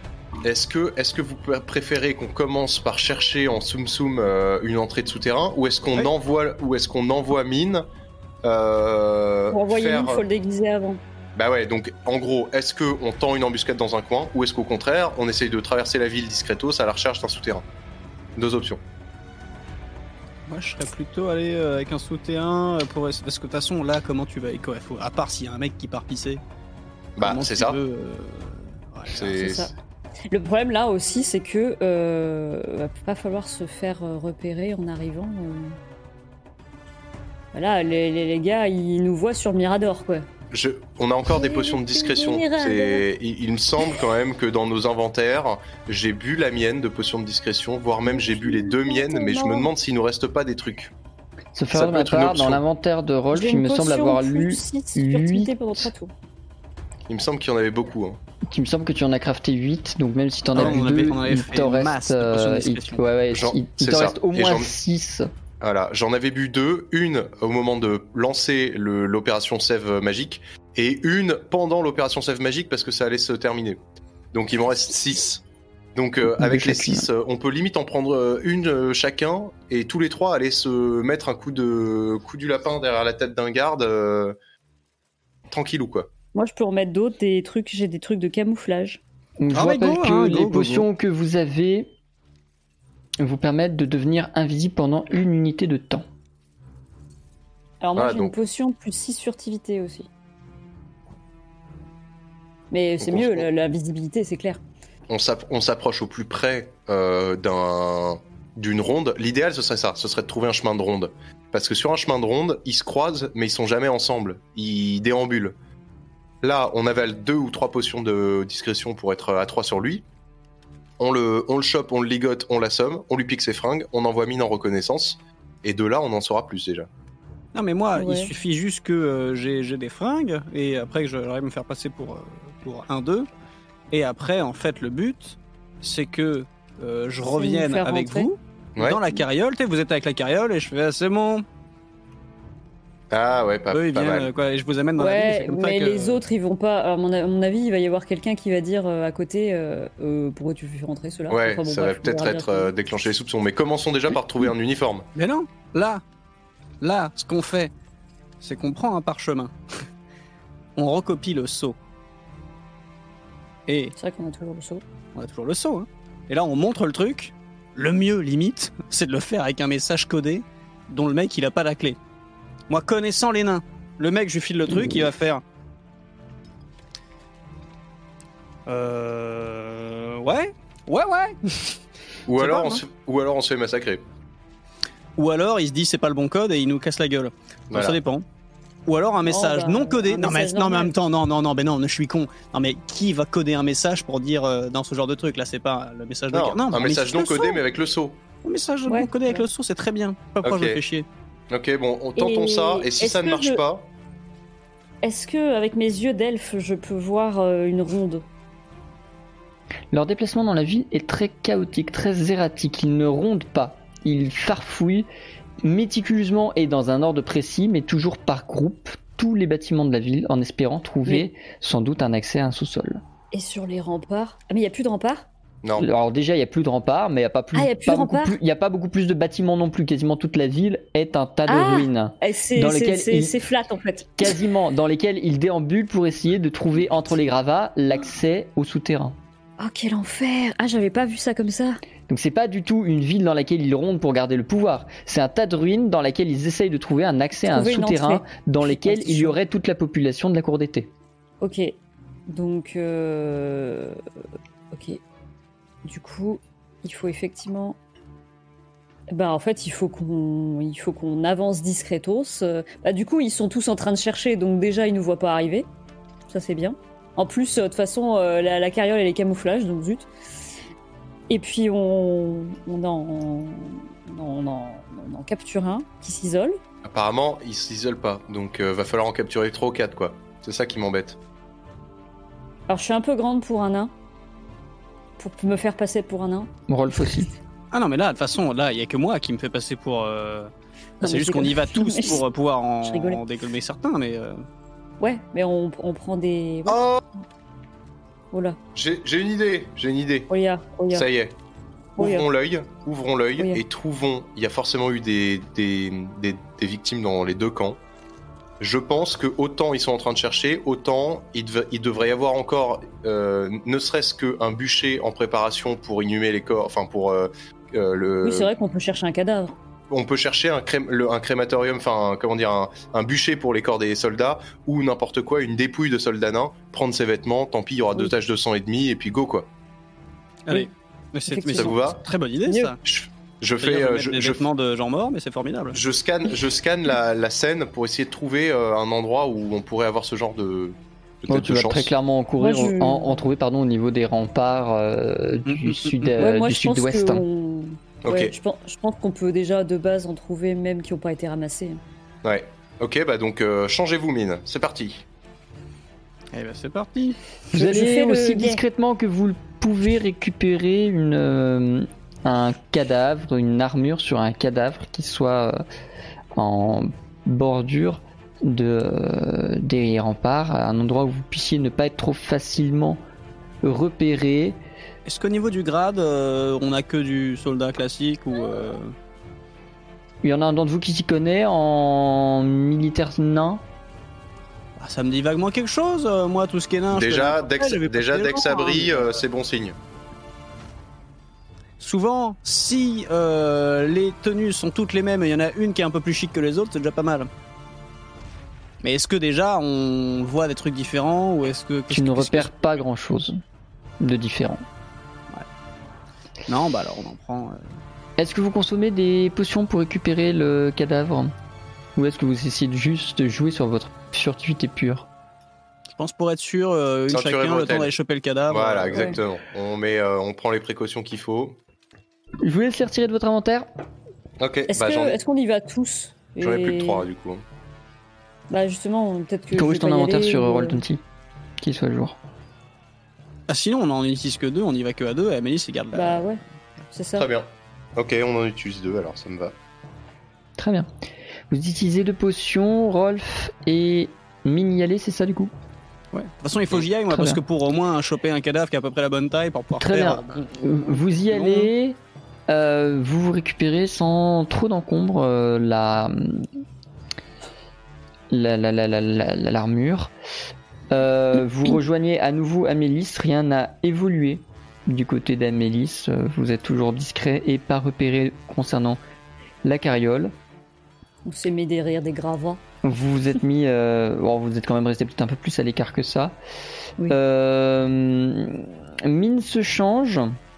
est-ce que vous préférez qu'on commence par chercher en soum une entrée de souterrain, ou est-ce qu'on envoie Mine Pour envoyer Mine, faut le déguiser avant. Bah ouais, donc en gros, est-ce qu'on tend une embuscade dans un coin, ou est-ce qu'au contraire, on essaye de traverser la ville discretos à la recherche d'un souterrain? 2 options. Moi, je serais plutôt allé avec un souterrain parce que de toute façon, là, comment tu vas à part s'il y a un mec qui part pisser. Bah, c'est ça. C'est ça. Le problème là aussi, c'est que va pas falloir se faire repérer en arrivant. Voilà, les gars, ils nous voient sur le Mirador, quoi. On a encore des potions de discrétion. Il me semble quand même que dans nos inventaires, j'ai bu la mienne de potions de discrétion, voire même j'ai bu les 2 miennes, mais je me demande s'il nous reste pas des trucs. Ça fait de ma part, dans l'inventaire de Rolf, il me semble avoir lu 8. Il me semble qu'il y en avait beaucoup. Hein. Il me semble que tu en as crafté 8, donc même si tu en as bu 2, il t'en reste, il t'en reste au moins 6. Voilà, j'en avais bu 2, une au moment de lancer l'opération Sève magique, et une pendant l'opération Sève magique parce que ça allait se terminer. Donc il m'en reste 6. Donc avec les 6, on peut limite en prendre une chacun, et tous les 3 aller se mettre un coup du lapin derrière la tête d'un garde, tranquillou quoi. Moi je peux remettre d'autres, j'ai des trucs de camouflage. Je vous rappelle que les potions que vous avez vous permettent de devenir invisible pendant une unité de temps. Alors moi j'ai une potion plus 6 furtivité aussi. Mais c'est mieux, la visibilité, c'est clair. On s'approche au plus près d'une ronde. L'idéal ce serait ça, ce serait de trouver un chemin de ronde. Parce que sur un chemin de ronde, ils se croisent mais ils sont jamais ensemble, ils déambulent. Là on avale 2 ou 3 potions de discrétion pour être à 3 sur lui. On le chope, on le ligote, on l'assomme, on lui pique ses fringues, on envoie Mine en reconnaissance, et de là on en saura plus déjà. Non mais moi, il suffit juste que j'ai des fringues, et après que j'arrive à me faire passer pour 1-2, et après en fait le but, c'est que je revienne avec vous dans la carriole, vous êtes avec la carriole, et je fais c'est bon. Ah ouais, pas mal. Et je vous amène dans la ville. Mais les autres, ils vont pas. À mon avis, il va y avoir quelqu'un qui va dire à côté pourquoi tu fais rentrer cela. Ouais, ça va peut-être être déclencher les soupçons. Mais commençons déjà par trouver un uniforme. Mais non, là, ce qu'on fait, c'est qu'on prend un parchemin, on recopie le sceau. Et c'est vrai qu'on a toujours le sceau. On a toujours le sceau. Hein. Et là, on montre le truc. Le mieux, limite, c'est de le faire avec un message codé dont le mec il a pas la clé. Moi, connaissant les nains, le mec, je lui file le truc, il va faire. Ouais. Ou alors on se fait massacrer. Ou alors il se dit c'est pas le bon code et il nous casse la gueule. Voilà. Donc ça dépend. Ou alors un message non codé. Non mais en même temps, non, je suis con. Non mais qui va coder un message pour dire dans ce genre de truc là, c'est pas le message de. Non, un message non codé mais avec le sceau. Un message non codé avec le sceau, c'est très bien. Pas pourquoi je me fais chier. Ok, bon, tentons ça, et si ça ne marche pas... Est-ce que, avec mes yeux d'elfe, je peux voir une ronde? Leur déplacement dans la ville est très chaotique, très erratique. Ils ne rondent pas. Ils farfouillent méticuleusement et dans un ordre précis, mais toujours par groupe, tous les bâtiments de la ville, en espérant trouver sans doute un accès à un sous-sol. Et sur les remparts? Ah mais il n'y a plus de remparts? Non. Alors déjà, il n'y a plus de remparts, mais il n'y a pas beaucoup plus de bâtiments non plus. Quasiment toute la ville est un tas de ruines. C'est flat en fait. Quasiment, dans lesquels ils déambulent pour essayer de trouver entre les gravats l'accès au souterrain. Oh quel enfer! Ah j'avais pas vu ça comme ça. Donc c'est pas du tout une ville dans laquelle ils rondent pour garder le pouvoir. C'est un tas de ruines dans laquelle ils essayent de trouver un accès à un souterrain dans lequel il y aurait toute la population de la cour d'été. Ok. Donc... Ok. Du coup, il faut effectivement... en fait, il faut qu'on avance discretos. Du coup, ils sont tous en train de chercher, donc déjà, ils nous voient pas arriver. Ça, c'est bien. En plus, de toute façon, la carriole, elle est camouflage, donc zut. Et puis, on en capture un qui s'isole. Apparemment, il s'isole pas, donc va falloir en capturer 3 ou 4, quoi. C'est ça qui m'embête. Alors, je suis un peu grande pour un nain. Pour me faire passer pour un nain. Rolf aussi. Ah non mais là de toute façon là il y a que moi qui me fait passer pour. C'est juste qu'on y va tous pour pouvoir en dégommer certains mais. Ouais mais on prend des. Oh Oula. J'ai une idée. Oya. Ça y est. Ouvrons l'œil et trouvons. Il y a forcément eu des victimes dans les deux camps. Je pense que autant ils sont en train de chercher, autant il devrait y avoir encore, ne serait-ce qu'un bûcher en préparation pour inhumer les corps, enfin pour le. Oui, c'est vrai qu'on peut chercher un cadavre. On peut chercher un crématorium, enfin comment dire, un bûcher pour les corps des soldats ou n'importe quoi, une dépouille de soldat nain, prendre ses vêtements, tant pis, il y aura 2 taches de sang et demi et puis go quoi. Allez. Mais ça vous va ? Très bonne idée ça. Je fais des vêtements de gens morts, mais c'est formidable. Je scanne la scène pour essayer de trouver un endroit où on pourrait avoir ce genre de tu vas chance. très clairement en trouver au niveau des remparts du sud-ouest. Ok. Je pense qu'on peut déjà de base en trouver même qui n'ont pas été ramassés. Ouais. Ok, bah donc changez-vous mine. C'est parti. Eh ben c'est parti. Vous allez aussi discrètement que vous le pouvez récupérer un cadavre, une armure sur un cadavre qui soit en bordure des remparts, à un endroit où vous puissiez ne pas être trop facilement repéré. Est-ce qu'au niveau du grade, on a que du soldat classique ou Il y en a un d'entre vous qui s'y connaît en militaire nain? Ça me dit vaguement quelque chose, moi tout ce qui est nain. Déjà, dès que ça brille, c'est bon signe. Souvent, si les tenues sont toutes les mêmes et il y en a une qui est un peu plus chic que les autres, c'est déjà pas mal. Mais est-ce que déjà on voit des trucs différents ou est-ce que... Tu ne repères pas grand-chose de différent. Ouais. Non, bah alors on en prend... Est-ce que vous consommez des potions pour récupérer le cadavre? Ou est-ce que vous essayez de juste jouer sur votre furtivité pure? Je pense pour être sûr, chacun le temps d'aller choper le cadavre. Voilà, exactement. Ouais. On prend les précautions qu'il faut. Je vous laisse les retirer de votre inventaire. Ok, est-ce qu'on y va tous? J'en ai plus de 3 du coup. Bah justement, peut-être que... Corrige ton inventaire sur Roll20, qu'il soit à jour. Ah sinon on en utilise que 2, on y va que à 2 et Amélie il garde la... Bah ouais, c'est ça. Très bien. Ok, on en utilise 2 alors ça me va. Très bien. Vous utilisez 2 potions, Rolf et Mine y aller, c'est ça du coup? Ouais. De toute façon, il faut que j'y aille, moi, parce que pour au moins choper un cadavre qui a à peu près la bonne taille pour pouvoir Très faire... bien. Vous y allez, vous récupérez sans trop d'encombre l'armure. Vous rejoignez à nouveau Amélis, rien n'a évolué du côté d'Amélis. Vous êtes toujours discret et pas repéré concernant la carriole. On s'est mis derrière des gravats. Vous vous êtes mis... vous êtes quand même resté peut-être un peu plus à l'écart que ça. Oui. Mine se change.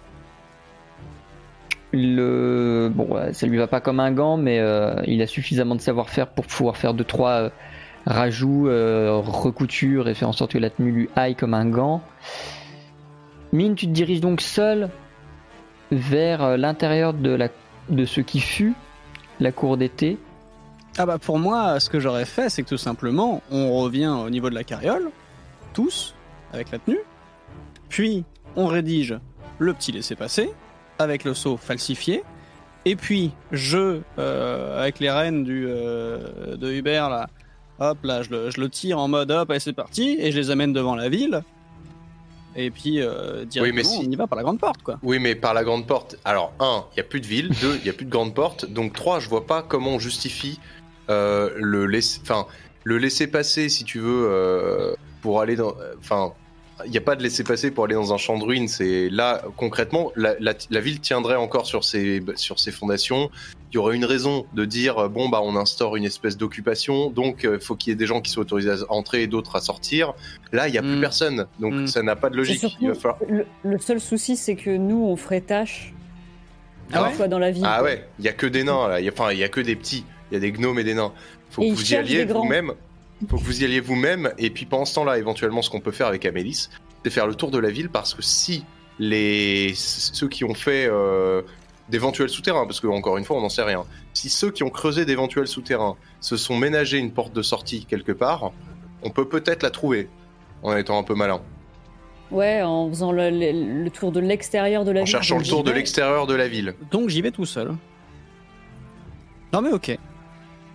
Ça lui va pas comme un gant, mais il a suffisamment de savoir-faire pour pouvoir faire 2-3 rajouts, recoutures et faire en sorte que la tenue lui aille comme un gant. Mine, tu te diriges donc seul vers l'intérieur de ce qui fut la cour d'été. Ah bah pour moi, ce que j'aurais fait, c'est que tout simplement, on revient au niveau de la carriole, tous, avec la tenue, puis on rédige le petit laissez-passer, avec le sceau falsifié, et puis avec les rênes de Hubert, là, hop, là, je le tire en mode, hop, allez, c'est parti, et je les amène devant la ville, et puis directement, on y va par la grande porte, quoi. Oui, mais par la grande porte, alors 1, il n'y a plus de ville, 2, il n'y a plus de grande porte, donc 3, je vois pas comment on justifie le laisser-passer, si tu veux, pour aller dans... Enfin, il n'y a pas de laisser-passer pour aller dans un champ de ruines. C'est là, concrètement, la ville tiendrait encore sur ses fondations. Il y aurait une raison de dire, bon, bah, on instaure une espèce d'occupation, donc il faut qu'il y ait des gens qui soient autorisés à entrer et d'autres à sortir. Là, il n'y a plus personne, donc ça n'a pas de logique. Surtout, il va falloir... le seul souci, c'est que nous, on ferait tâche fois dans la ville. Ah ouais, il n'y a que des nains, là. Il y a que des petits. Il y a des gnomes et des nains. Faut que vous y alliez vous-même. Faut que vous y alliez vous-même. Et puis pendant ce temps-là, éventuellement, ce qu'on peut faire avec Amélis, c'est faire le tour de la ville, parce que si ceux qui ont fait d'éventuels souterrains, parce que encore une fois, on n'en sait rien. Si ceux qui ont creusé d'éventuels souterrains se sont ménagés une porte de sortie quelque part, on peut peut-être la trouver en étant un peu malin. Ouais, en faisant le tour de l'extérieur de la ville. En cherchant le tour de l'extérieur de la ville. Donc j'y vais tout seul. Non mais ok.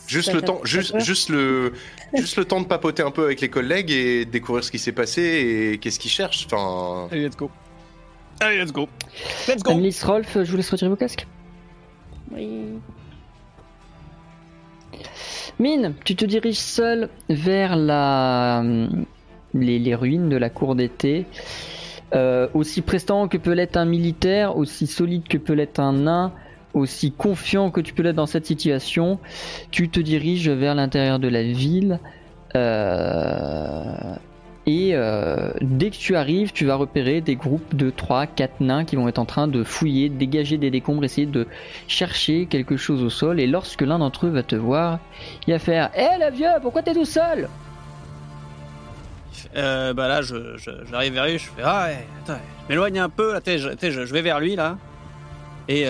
Juste le temps de papoter un peu avec les collègues et de découvrir ce qui s'est passé et qu'est-ce qu'ils cherchent. Enfin... Allez, let's go. Let's go. Annelise, Rolf, je vous laisse retirer vos casques. Oui. Mine, tu te diriges seul vers les ruines de la cour d'été. Aussi prestant que peut l'être un militaire, aussi solide que peut l'être un nain, aussi confiant que tu peux l'être dans cette situation, tu te diriges vers l'intérieur de la ville. Et dès que tu arrives, tu vas repérer des groupes de 3-4 nains qui vont être en train de fouiller, dégager des décombres, essayer de chercher quelque chose au sol. Et lorsque l'un d'entre eux va te voir, il va faire « Hé le vieux, pourquoi t'es tout seul ?» Là, j'arrive vers lui, je fais « Ah ouais, attends, je m'éloigne un peu, là, je vais vers lui, là. » Et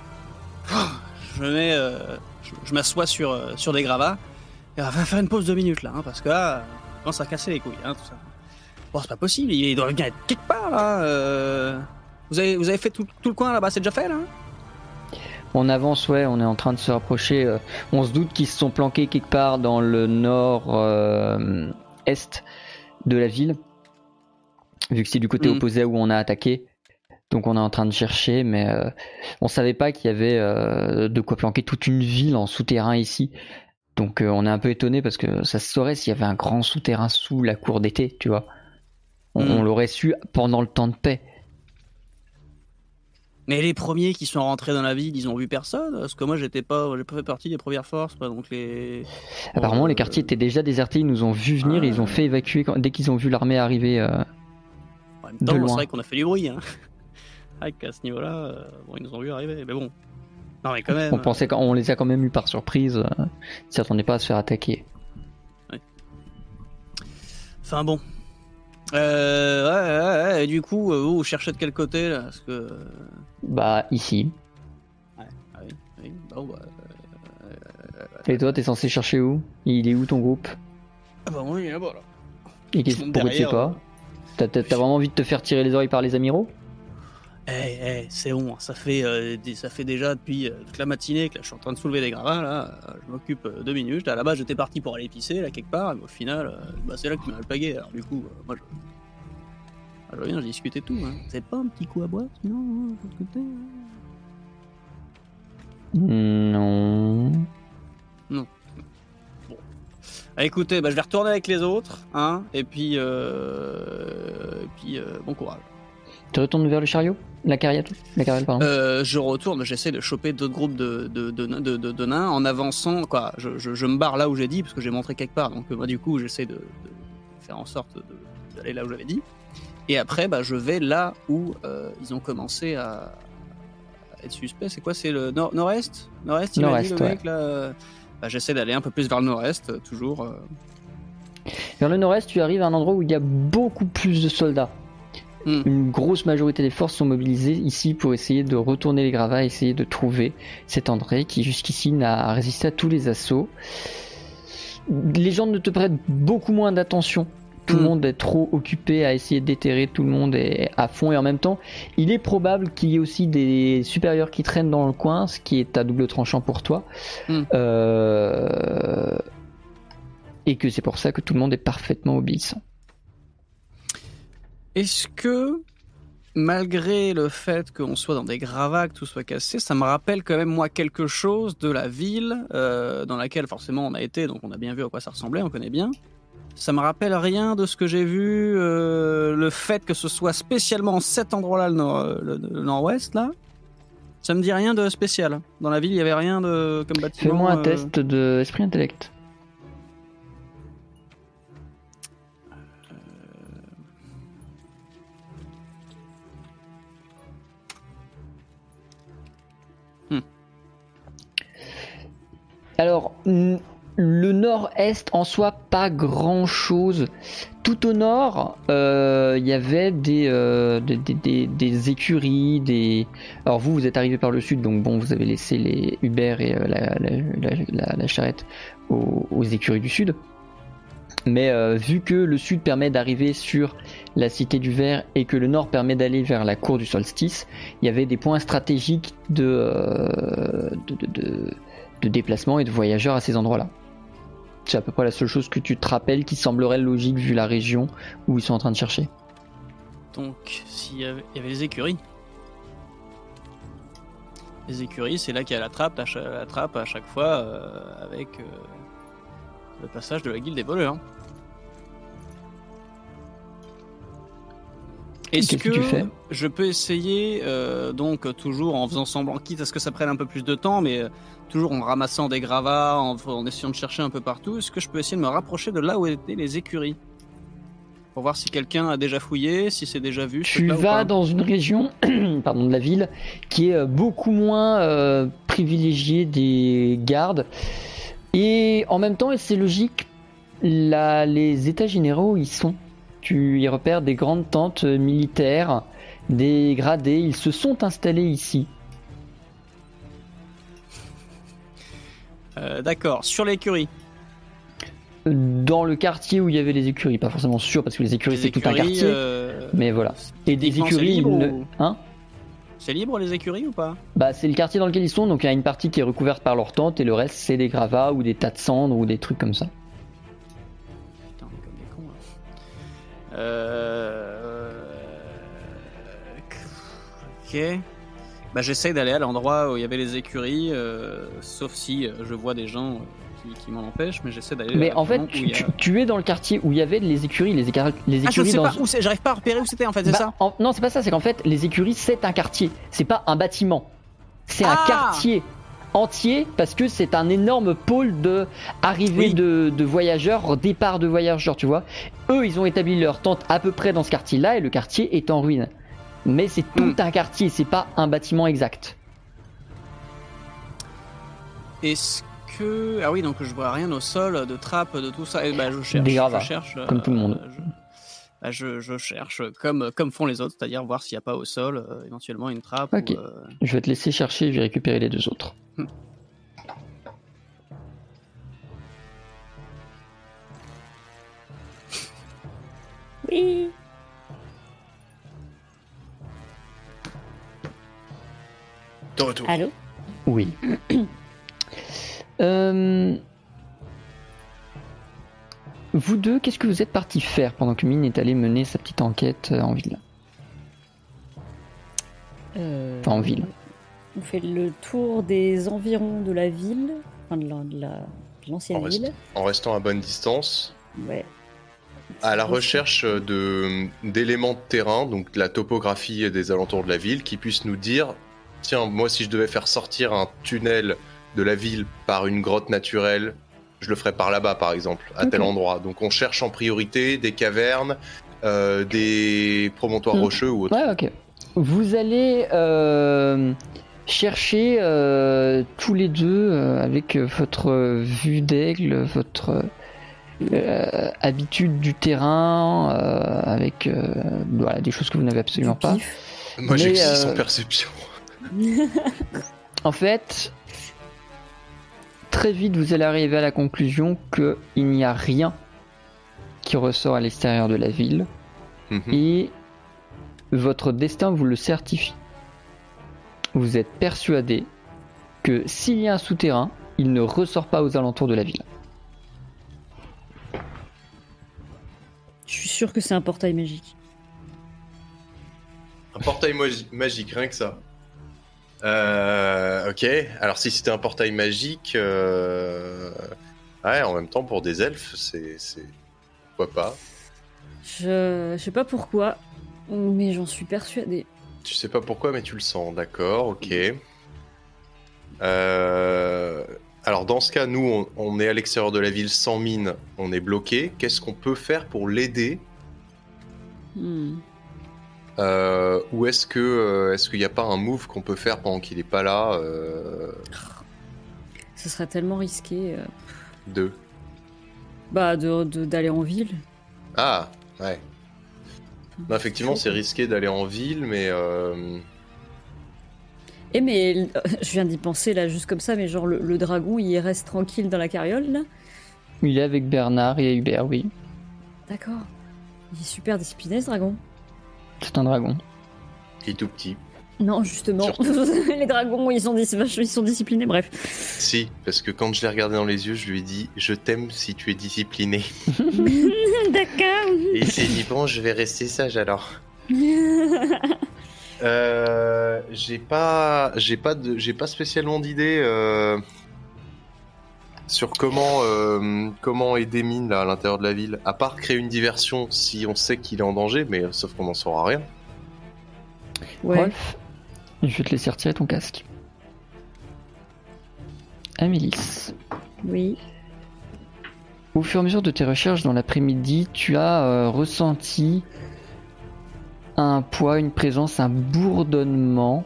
je m'assois sur des gravats. Et on va faire une pause 2 minutes, là, hein, parce que là, on commence à casser les couilles, hein, tout ça. Bon, c'est pas possible, il doit bien être quelque part, là. Vous avez fait tout le coin, là-bas, c'est déjà fait, là? On avance, ouais, on est en train de se rapprocher. On se doute qu'ils se sont planqués quelque part dans le nord-est de la ville, vu que c'est du côté opposé où on a attaqué. Donc on est en train de chercher, mais on savait pas qu'il y avait de quoi planquer toute une ville en souterrain ici. Donc on est un peu étonné parce que ça se saurait s'il y avait un grand souterrain sous la cour d'été, tu vois. On l'aurait su pendant le temps de paix. Mais les premiers qui sont rentrés dans la ville, ils ont vu personne? Parce que moi, j'ai pas fait partie des premières forces, donc les... Apparemment, les quartiers étaient déjà désertés, ils nous ont vu venir, et ils ont fait évacuer dès qu'ils ont vu l'armée arriver en même temps, de loin. C'est vrai qu'on a fait du bruit, hein. Avec à ce niveau-là, ils nous ont vu arriver, mais bon. Non, mais quand même... On pensait qu'on les a quand même eu par surprise, ils s'attendaient pas à se faire attaquer. Ouais. Enfin bon... ouais, et du coup, vous cherchez de quel côté, là? Parce que... Bah, ici. Ouais, oui. Bon, Et toi, t'es censé chercher où? Il est où ton groupe? Ah bah oui, là-bas, là. Et pourquoi tu sais pas? T'as vraiment envie de te faire tirer les oreilles par les amiraux? C'est bon, ça fait déjà depuis toute la matinée que là, je suis en train de soulever des gravats, là, je m'occupe 2 minutes, là, là-bas j'étais parti pour aller pisser, là, quelque part, mais au final, c'est là que tu m'as alpagué, alors du coup, moi je viens discuter tout, hein. Vous avez pas un petit coup à boire, sinon, de l'autre côté? Non. Bon. Écoutez, je vais retourner avec les autres, hein, et puis bon courage. Tu retournes vers le chariot? La carriole, pardon. Je retourne, j'essaie de choper d'autres groupes de nains en avançant, quoi. Je me barre là où j'ai dit, parce que j'ai montré quelque part, donc moi du coup j'essaie de faire en sorte d'aller là où j'avais dit. Et après, je vais là où ils ont commencé à être suspects. C'est quoi? C'est le nord-est? Nord-est, il m'a dit, le mec, là. J'essaie d'aller un peu plus vers le nord-est, toujours. Vers le nord-est, tu arrives à un endroit où il y a beaucoup plus de soldats. Une grosse majorité des forces sont mobilisées ici pour essayer de retourner les gravats, essayer de trouver cet André qui jusqu'ici n'a résisté à tous les assauts. Les gens ne te prêtent beaucoup moins d'attention. Tout le monde est trop occupé à essayer de déterrer, tout le monde est à fond, et en même temps, il est probable qu'il y ait aussi des supérieurs qui traînent dans le coin, ce qui est à double tranchant pour toi. Et que c'est pour ça que tout le monde est parfaitement obéissant. Est-ce que, malgré le fait qu'on soit dans des gravats, que tout soit cassé, ça me rappelle quand même, moi, quelque chose de la ville dans laquelle, forcément, on a été, donc on a bien vu à quoi ça ressemblait, on connaît bien. Ça me rappelle rien de ce que j'ai vu, le fait que ce soit spécialement cet endroit-là, le nord-ouest, là. Ça me dit rien de spécial. Dans la ville, il n'y avait rien de comme bâtiment. Fais-moi un test d'esprit intellect. Alors, le nord-est en soi, pas grand-chose. Tout au nord, il y avait des écuries, Alors vous êtes arrivé par le sud, donc bon, vous avez laissé les Hubert et la charrette aux écuries du sud. Mais vu que le sud permet d'arriver sur la cité du Ver et que le nord permet d'aller vers la cour du solstice, il y avait des points stratégiques déplacements et de voyageurs à ces endroits-là. C'est à peu près la seule chose que tu te rappelles qui semblerait logique vu la région où ils sont en train de chercher. Donc, il y avait les écuries. Les écuries, c'est là qu'il y a la trappe à chaque fois avec le passage de la guilde des voleurs. Est-ce que tu fais je peux essayer, donc toujours en faisant semblant, quitte à ce que ça prenne un peu plus de temps, mais toujours en ramassant des gravats, en essayant de chercher un peu partout, est-ce que je peux essayer de me rapprocher de là où étaient les écuries? Pour voir si quelqu'un a déjà fouillé, si c'est déjà vu. Tu vas dans une région de la ville qui est beaucoup moins privilégiée des gardes. Et en même temps, et c'est logique, les états généraux y sont. Tu y repères des grandes tentes militaires, des gradés, ils se sont installés ici. D'accord, sur l'écurie. Dans le quartier où il y avait les écuries, pas forcément sûr parce que les écuries c'est tout un quartier, mais voilà. Et des écuries, c'est libre les écuries ou pas? Bah c'est le quartier dans lequel ils sont, donc il y a une partie qui est recouverte par leur tente et le reste c'est des gravats ou des tas de cendres ou des trucs comme ça. Putain, on est comme des cons. Ok. Bah j'essaye d'aller à l'endroit où il y avait les écuries, sauf si je vois des gens qui m'en empêchent, mais j'essaie d'aller. Mais en fait, tu es dans le quartier où il y avait les écuries. Les écuries je sais pas où c'est, j'arrive pas à repérer où c'était en fait, c'est ça? Non, c'est pas ça, c'est qu'en fait, les écuries, c'est un quartier. C'est pas un bâtiment. C'est un quartier entier parce que c'est un énorme pôle de arrivée de voyageurs, départ de voyageurs, tu vois. Eux, ils ont établi leur tente à peu près dans ce quartier-là et le quartier est en ruine. Mais c'est tout un quartier, c'est pas un bâtiment exact. Est-ce que... Ah oui, donc je vois rien au sol, de trappes, de tout ça. Et bah, je cherche. Des gravats, je cherche, comme tout le monde. Je cherche comme font les autres, c'est-à-dire voir s'il n'y a pas au sol éventuellement une trappe. Ok, je vais te laisser chercher et je vais récupérer les deux autres. Oui. De retour. Allô? Oui. Vous deux, qu'est-ce que vous êtes partis faire pendant que Mine est allé mener sa petite enquête en ville? Enfin, en ville. On fait le tour des environs de la ville, enfin de l'ancienne ville. En restant à bonne distance. Ouais. À la recherche d'éléments de terrain, donc de la topographie des alentours de la ville, qui puissent nous dire, tiens, moi si je devais faire sortir un tunnel de la ville par une grotte naturelle, je le ferais par là-bas par exemple, à tel endroit. Donc on cherche en priorité des cavernes, des promontoires rocheux ou autre. Ouais, ok. Vous allez chercher tous les deux avec votre vue d'aigle, votre habitude du terrain, avec voilà, des choses que vous n'avez absolument pas. Moi j'ai 6 en perception. En fait, très vite vous allez arriver à la conclusion qu'il n'y a rien qui ressort à l'extérieur de la ville et votre destin vous le certifie. Vous êtes persuadé que s'il y a un souterrain, il ne ressort pas aux alentours de la ville. Je suis sûr que c'est un portail magique. Un portail magique, rien que ça. Ok, alors si c'était un portail magique, ouais, en même temps pour des elfes, c'est... Pourquoi pas? Je sais pas pourquoi, mais j'en suis persuadée. Tu sais pas pourquoi, mais tu le sens, d'accord, ok. Alors dans ce cas, nous, on est à l'extérieur de la ville sans mine, on est bloqué. Qu'est-ce qu'on peut faire pour l'aider? Ou est-ce qu'il n'y a pas un move qu'on peut faire pendant qu'il n'est pas là Ce serait tellement risqué. D'aller en ville. Ah, ouais. Non, effectivement, c'est risqué d'aller en ville, mais... mais je viens d'y penser là, juste comme ça, mais genre le dragon, il reste tranquille dans la carriole là? Il est avec Bernard et Hubert, oui. D'accord. Il est super discipliné ce dragon. C'est un dragon. Il est tout petit. Non, justement. Les dragons, ils sont disciplinés, bref. Si, parce que quand je l'ai regardé dans les yeux, je lui ai dit « Je t'aime si tu es discipliné. » D'accord. Et il s'est dit « Bon, je vais rester sage alors. » J'ai pas spécialement d'idée sur comment aider Mine là, à l'intérieur de la ville, à part créer une diversion si on sait qu'il est en danger, mais sauf qu'on n'en saura rien. Ouais. Rolf, je vais te laisser retirer ton casque. Amélis, Oui. au fur et à mesure de tes recherches dans l'après-midi, tu as ressenti un poids, une présence, un bourdonnement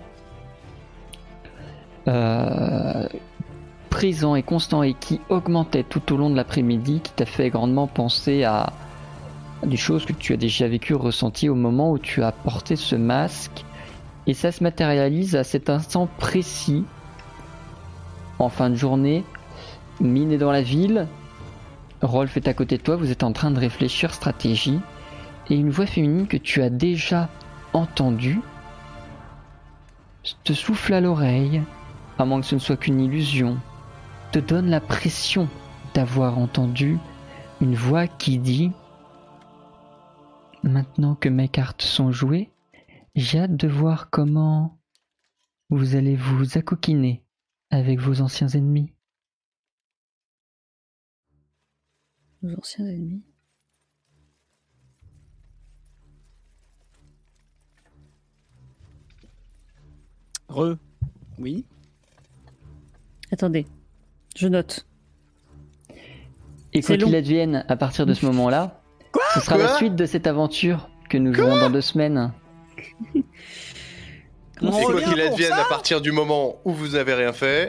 présent et constant et qui augmentait tout au long de l'après-midi, qui t'a fait grandement penser à des choses que tu as déjà vécues, ressenties au moment où tu as porté ce masque. Et ça se matérialise à cet instant précis. En fin de journée, Mine est dans la ville, Rolf est à côté de toi, vous êtes en train de réfléchir stratégie, et une voix féminine que tu as déjà entendue te souffle à l'oreille, à moins que ce ne soit qu'une illusion, te donne la pression d'avoir entendu une voix qui dit « Maintenant que mes cartes sont jouées, j'ai hâte de voir comment vous allez vous accoquiner avec vos anciens ennemis. » Nos anciens ennemis. Oui. Attendez, je note. Et quoi C'est long. qu'il advienne, à partir de ce moment-là, ce sera la suite de cette aventure que nous aurons dans 2 semaines. Et quoi revient qu'il pour advienne, ça à partir du moment où vous n'avez rien fait,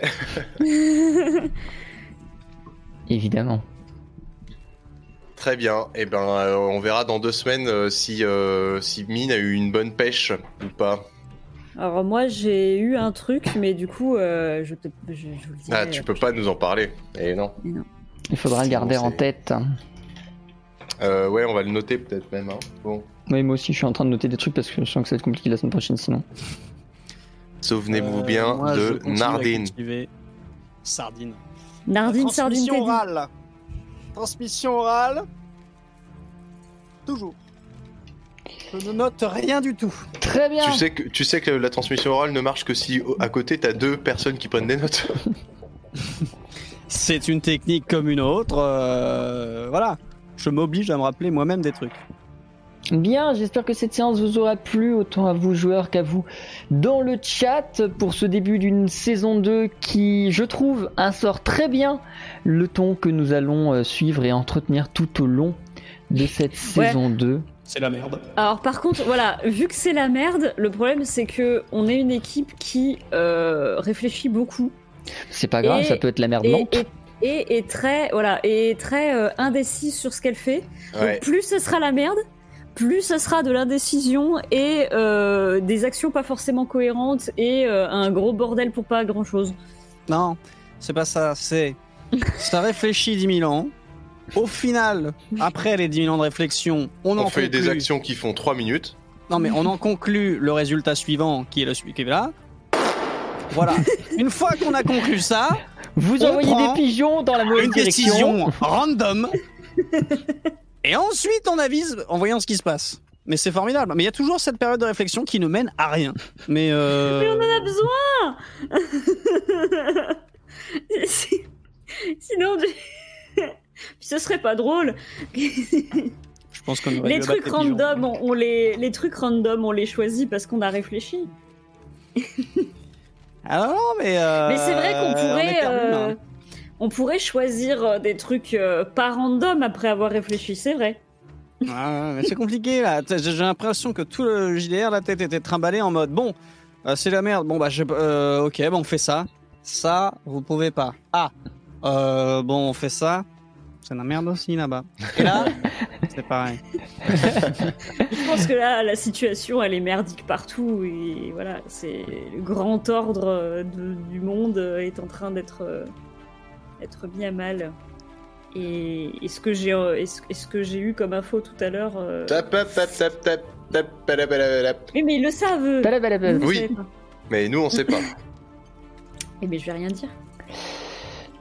Évidemment. très bien. Et ben, on verra dans 2 semaines si Mine a eu une bonne pêche ou pas. Alors moi j'ai eu un truc, mais du coup je vous le dirai. Ah, tu peux pas nous en parler. Et non. Il faudra le garder en c'est- tête. Ouais, on va le noter peut-être même. Hein. Bon. Oui, moi aussi, je suis en train de noter des trucs parce que je sens que ça va être compliqué la semaine prochaine sinon. Souvenez-vous bien Moi, je de continue à Nardine. cultiver Sardine. Nardine, sardine, Transmission Teddy. orale. Transmission orale. Toujours. Je ne note rien du tout. Très bien. Tu sais que la transmission orale ne marche que si à côté t'as 2 personnes qui prennent des notes. C'est une technique comme une autre. Voilà. Je m'oblige à me rappeler moi-même des trucs. Bien, j'espère que cette séance vous aura plu, autant à vous joueurs qu'à vous dans le chat, pour ce début d'une saison 2 qui, je trouve, instaure très bien le ton que nous allons suivre et entretenir tout au long de cette saison 2. C'est la merde. Alors par contre, voilà, vu que c'est la merde, le problème c'est que on est une équipe qui réfléchit beaucoup C'est pas grave, Et- ça peut être la merde et, lente. et très indécise sur ce qu'elle fait. Ouais. Donc plus ce sera la merde, plus ce sera de l'indécision et des actions pas forcément cohérentes et un gros bordel pour pas grand chose. Non, c'est pas ça. Ça réfléchit 10 000 ans. Au final, après les 10 000 ans de réflexion, on en fait des conclut- actions qui font 3 minutes. Non, mais on en conclut le résultat suivant, qui est celui qui est là. Voilà. Une fois qu'on a conclu ça, Vous on envoyez prend des pigeons dans la mauvaise une direction. décision random. Et ensuite, on avise en voyant ce qui se passe. Mais c'est formidable. Mais il y a toujours cette période de réflexion qui ne mène à rien. Mais Mais on en a besoin. Sinon, ce serait pas drôle. je pense qu'on aurait Les dû trucs battre les pigeons. random, les trucs random, on les choisit parce qu'on a réfléchi. Ah non, mais. Mais c'est vrai qu'on on est pourrait, perdu, là. on pourrait choisir des trucs pas random après avoir réfléchi, c'est vrai. Ah, mais c'est compliqué là. J'ai l'impression que tout le JDR, la tête était trimballée en mode bon, c'est la merde. Bon, bah, ok, bon, on fait ça. Ça, vous pouvez pas. Ah, bon, on fait ça. C'est la merde aussi là-bas. Et là, c'est pareil. Je pense que là, la situation, elle est merdique partout et voilà, c'est le grand ordre du monde est en train d'être mis à mal. Et ce que j'ai eu comme info tout à l'heure. Tap, tap, tap, tap, tap, tap, palapalapalap. Oui, mais ils le savent. Balabala. Vous le Oui. savez pas. Mais nous, on sait pas. Eh mais je vais rien dire.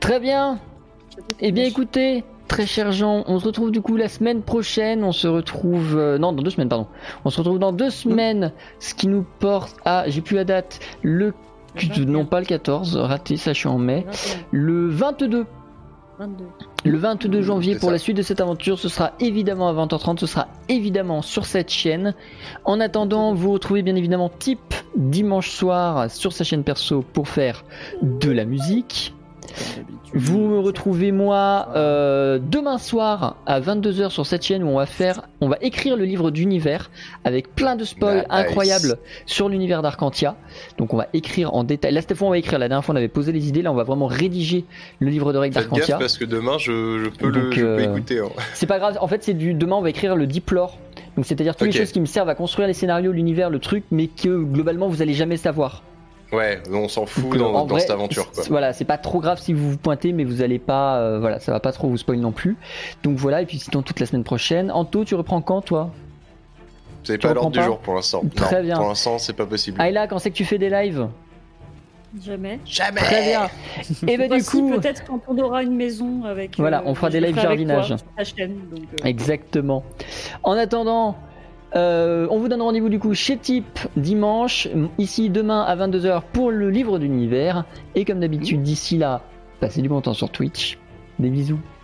Très bien. Eh bien écoutez, très cher Jean, on se retrouve du coup la semaine prochaine, on se retrouve... non, dans 2 semaines, pardon. On se retrouve dans 2 semaines, ce qui nous porte à... J'ai plus la date, non pas le 14, raté, ça je suis en mai. Le 22. Le 22 janvier pour la suite de cette aventure, ce sera évidemment à 20h30, ce sera évidemment sur cette chaîne. En attendant, vous retrouvez bien évidemment Tip dimanche soir sur sa chaîne perso pour faire de la musique. Vous me retrouvez moi demain soir à 22h sur cette chaîne où on va écrire le livre d'univers avec plein de spoils incroyables sur l'univers d'Arcantia. Donc on va écrire en détail. Là cette fois on va écrire, la dernière fois on avait posé les idées, là on va vraiment rédiger le livre de règles d'Arcantia. Faites gaffe parce que demain je peux écouter. Hein. C'est pas grave, en fait demain on va écrire le deep lore. Donc c'est-à-dire toutes les choses qui me servent à construire les scénarios, l'univers, le truc, mais que globalement vous allez jamais savoir. Ouais, on s'en fout dans cette aventure quoi. Voilà, c'est pas trop grave si vous vous pointez, mais vous allez pas, voilà, ça va pas trop vous spoil non plus. Donc voilà, et puis sinon toute la semaine prochaine. Anto, tu reprends quand toi? C'est pas à l'ordre du jour pour l'instant. Très bien. Pour l'instant, c'est pas possible. Ayla, quand c'est que tu fais des lives? Jamais. Très bien. Et ben du coup, peut-être quand on aura une maison avec. Voilà, on fera des lives jardinage. Sur ta chaîne, donc, Exactement. En attendant. On vous donne rendez-vous du coup chez Tip dimanche, ici demain à 22h pour le livre d'univers. Et comme d'habitude, d'ici là, passez du bon temps sur Twitch. Des bisous.